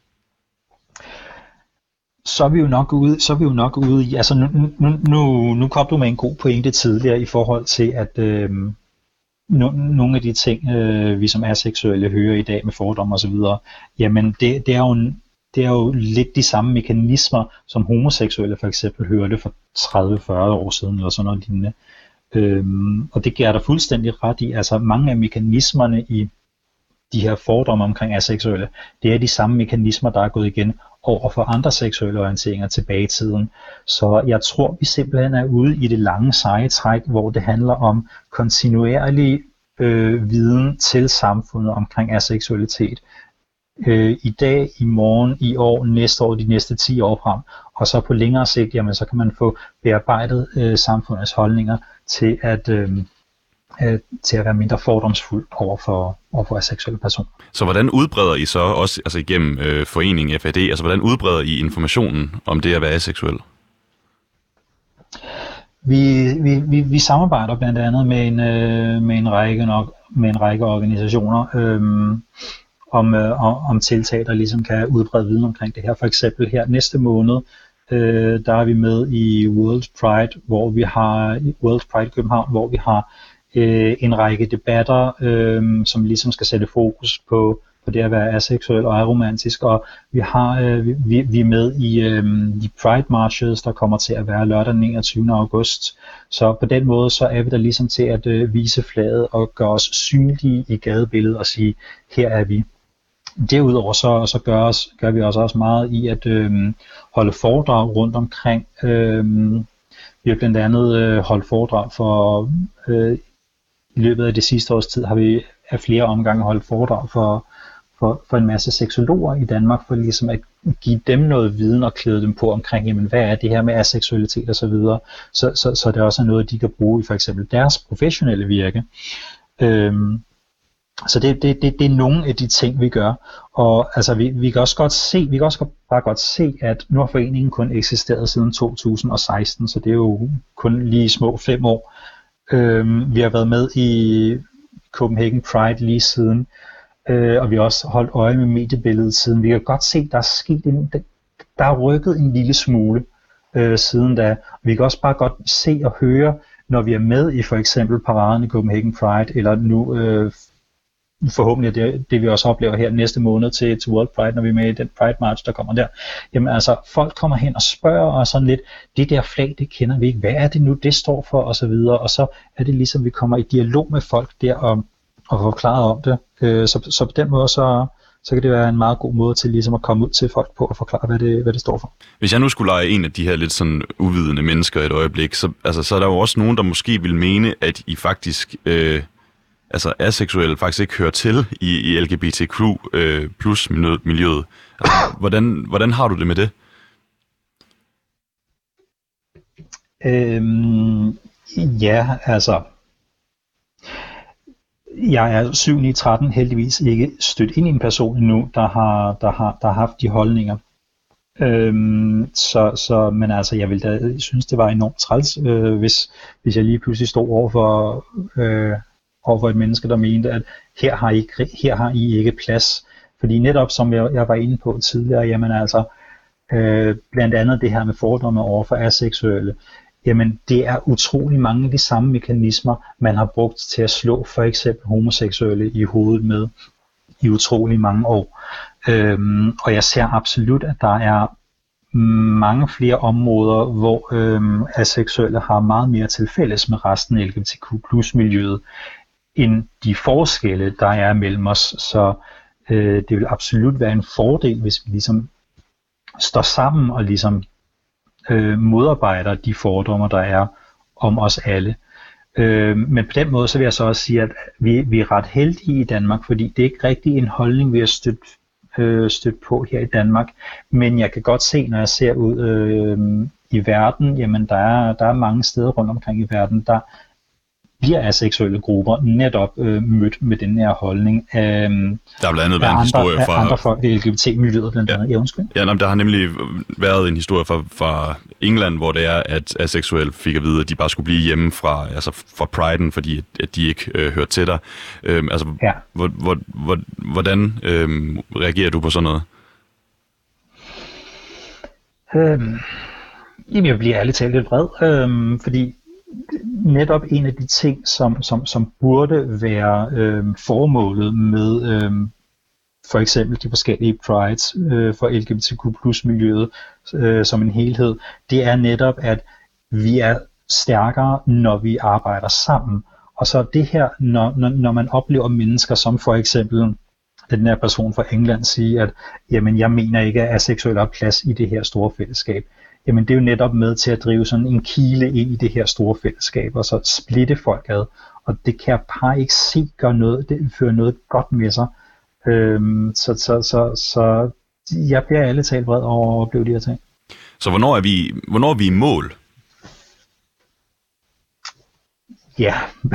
Så er vi jo nok ude, så er vi jo nok ude i, altså nu, nu, nu, nu kom du med en god pointe tidligere i forhold til, at øh, no, nogle af de ting, øh, vi som er seksuelle hører i dag med fordomme og så videre, jamen det, det er jo en, det er jo lidt de samme mekanismer, som homoseksuelle for eksempel hørte for tredive til fyrre år siden, eller sådan noget lignende. Øhm, og det giver der fuldstændig ret i. Altså mange af mekanismerne i de her fordomme omkring aseksuelle, det er de samme mekanismer, der er gået igen over for andre seksuelle orienteringer tilbage i tiden. Så jeg tror, vi simpelthen er ude i det lange seje træk, hvor det handler om kontinuerlig øh, viden til samfundet omkring aseksualitet. Øh, i dag, i morgen, i år, næste år, de næste ti år frem, og så på længere sigt, jamen så kan man få bearbejdet øh, samfundets holdninger til at, øh, øh, til at være mindre fordomsfuld over for, over for aseksuelle personer. Så hvordan udbreder I så også, altså igennem øh, foreningen F A D, altså hvordan udbreder I informationen om det at være aseksuel? Vi, vi, vi, vi samarbejder blandt andet med en, øh, med en, række, nok, med en række organisationer, øh, Om, øh, om tiltag, der ligesom kan udbrede viden omkring det her. For eksempel her næste måned, øh, der er vi med i World Pride, hvor vi har World Pride København, hvor vi har øh, en række debatter, øh, som ligesom skal sætte fokus på, på det at være aseksuel og aromantisk, og vi, har, øh, vi, vi er med i øh, de Pride Marches, der kommer til at være lørdag den enogtyvende august. Så på den måde, så er vi der ligesom til at øh, vise flaget og gøre os synlige i gadebilledet og sige, her er vi. Derudover så, så gør, os, gør vi også, også meget i at øh, holde foredrag rundt omkring. Øh, vi har blandt andet øh, holdt foredrag for, øh, i løbet af det sidste års tid har vi af flere omgange holdt foredrag for, for, for en masse seksologer i Danmark, for ligesom at give dem noget viden og klæde dem på omkring, jamen, hvad er det her med aseksualitet og så videre, så, så, så det også er noget, de kan bruge i for eksempel deres professionelle virke. Øh, Så det, det, det, det er nogle af de ting, vi gør. Og altså, vi, vi kan også godt se, vi kan også bare godt se, at nu har foreningen kun eksisteret siden to tusind og seksten, så det er jo kun lige små fem år. Øhm, vi har været med i Copenhagen Pride lige siden, øh, og vi har også holdt øje med mediebilledet siden. Vi kan godt se, at der er sket en, der er rykket en lille smule øh, siden da. Vi kan også bare godt se og høre, når vi er med i for eksempel paraden i Copenhagen Pride, eller nu øh, forhåbentlig det, det vi også oplever her næste måned til, til World Pride, når vi er med i den Pride March, der kommer der. Jamen altså, folk kommer hen og spørger og sådan lidt, det der flag, det kender vi ikke, hvad er det nu, det står for, og så videre, og så er det ligesom, vi kommer i dialog med folk der og, og forklarer om det. Øh, så, så på den måde, så, så kan det være en meget god måde til ligesom at komme ud til folk på og forklare, hvad det, hvad det står for. Hvis jeg nu skulle lege en af de her lidt sådan uvidende mennesker et øjeblik, så, altså, så er der jo også nogen, der måske vil mene, at I faktisk... Øh altså aseksuelle faktisk ikke hører til i, i L G B T Q øh, plus miljøet. Altså, hvordan, hvordan har du det med det? Øhm, ja, altså... Jeg er syv ni tretten heldigvis ikke stødt ind i en person endnu, der har, der har, der har haft de holdninger. Øhm, så, så, men altså, jeg ville da synes, det var enormt træls, øh, hvis, hvis jeg lige pludselig stod over for... Øh, over for et menneske, der mente, at her har I, her har I ikke plads. Fordi netop som jeg, jeg var inde på tidligere, jamen altså, øh, blandt andet det her med fordomme over for aseksuelle, jamen det er utrolig mange af de samme mekanismer, man har brugt til at slå for eksempel homoseksuelle i hovedet med i utrolig mange år. Øhm, og jeg ser absolut, at der er mange flere områder, hvor øhm, aseksuelle har meget mere til fælles med resten af L G B T Q plus miljøet, end de forskelle, der er mellem os. Så øh, det vil absolut være en fordel, hvis vi ligesom står sammen og ligesom øh, modarbejder de fordomme, der er om os alle. Øh, men på den måde, så vil jeg så også sige, at vi, vi er ret heldige i Danmark, fordi det er ikke rigtig en holdning, vi har stødt, øh, stødt på her i Danmark. Men jeg kan godt se, når jeg ser ud øh, i verden, jamen der er, der er mange steder rundt omkring i verden, der bliver aseksuelle grupper netop øh, mødt med den her holdning. Øh, der er blandt andet været en andre, historie fra... andre folk i L G B T-miljøet blandt andet. Ja, ja undskyld. Ja, der har nemlig været en historie fra, fra England, hvor det er, at aseksuelle fik at vide, at de bare skulle blive hjemme fra, altså fra Pride'en, fordi at de ikke øh, hørte til dig. Øh, altså, ja. hvor, hvor, hvor, hvordan øh, reagerer du på sådan noget? Øhm, jamen, jeg bliver ærligt talt lidt vred, øhm, fordi netop en af de ting, som, som, som burde være øh, formålet med øh, for eksempel de forskellige prides øh, for L G B T Q plus miljøet øh, som en helhed, det er netop, at vi er stærkere, når vi arbejder sammen. Og så det her, når, når, når man oplever mennesker, som for eksempel den her person fra England siger, at jamen, jeg mener ikke, at aseksuelle har plads i det her store fællesskab. Jamen det er jo netop med til at drive sådan en kile ind i det her store fællesskab, og så splitte folk ad. Og det kan jeg bare ikke se gøre noget, det fører noget godt med sig. Øhm, så, så, så, så jeg bliver alle talt vred over at opleve de her ting. Så hvornår er vi, hvornår er vi i mål? Ja,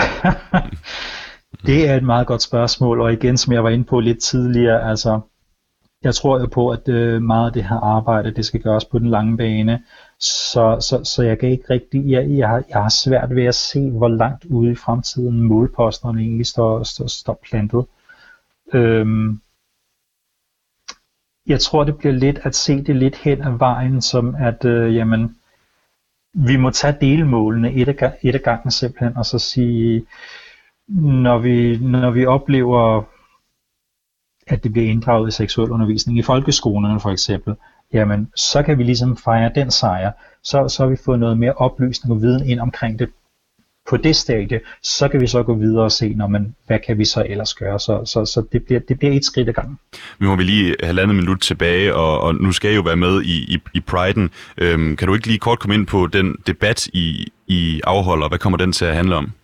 det er et meget godt spørgsmål, og igen, som jeg var inde på lidt tidligere, altså jeg tror jo på, at øh, meget af det her arbejde, det skal gøres på den lange bane, så, så, så jeg kan ikke rigtig, jeg, jeg, har, jeg har svært ved at se, hvor langt ude i fremtiden målposterne egentlig står, står, står plantet. Øhm, jeg tror, det bliver lidt at se det lidt hen ad vejen, som at, øh, jamen, vi må tage delmålene et af, et af gangen simpelthen, og så sige, når vi, når vi oplever, at det bliver inddraget i seksuel undervisning i folkeskolerne for eksempel, jamen så kan vi ligesom fejre den sejr. Så, så har vi fået noget mere oplysning og viden ind omkring det på det stadie. Så kan vi så gå videre og se, når man, hvad kan vi så ellers gøre. Så, så, så det, bliver, det bliver et skridt ad gangen. Vi må vi lige halvandet minut tilbage, og, og nu skal jeg jo være med i, i, i Pride'en. Øhm, kan du ikke lige kort komme ind på den debat, I, I afholder? Hvad kommer den til at handle om?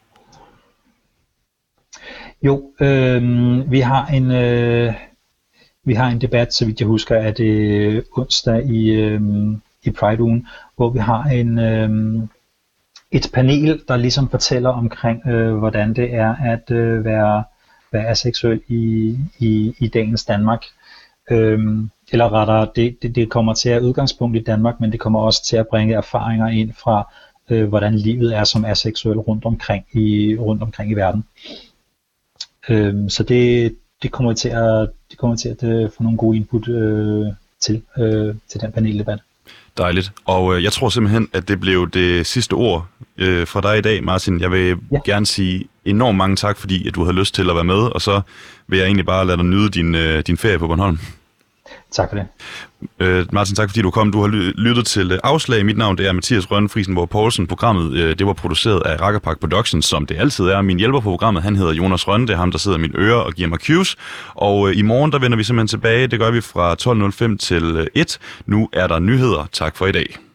Jo, øh, vi har en øh, vi har en debat, så vidt jeg husker, er det onsdag i øh, i Pride-ugen, hvor vi har en øh, et panel, der ligesom fortæller omkring, øh, hvordan det er at øh, være være aseksuel i i i dagens Danmark. Øh, eller rettere, det, det det kommer til at udgangspunkt i Danmark, men det kommer også til at bringe erfaringer ind fra, øh, hvordan livet er som aseksuel rundt omkring i rundt omkring i verden. Øhm, så det, det kommer til at, det kommer til at uh, få nogle gode input uh, til, uh, til den paneldebat. Dejligt. Og øh, jeg tror simpelthen, at det blev det sidste ord øh, fra dig i dag, Martin. Jeg vil ja. gerne sige enormt mange tak, fordi at du havde lyst til at være med, og så vil jeg egentlig bare lade dig nyde din, øh, din ferie på Bornholm. Tak for det. Øh, Martin, tak fordi du kom. Du har lyttet til Afslag. Mit navn det er Mathias Rønne Friesenborg Poulsen. Programmet øh, det var produceret af Rakkerpark Productions, som det altid er. Min hjælper på programmet, han hedder Jonas Rønne. Det er ham, der sidder i mine ører og giver mig cues. Og øh, i morgen, der vender vi simpelthen tilbage. Det gør vi fra tolv nul fem til et. Nu er der nyheder. Tak for i dag.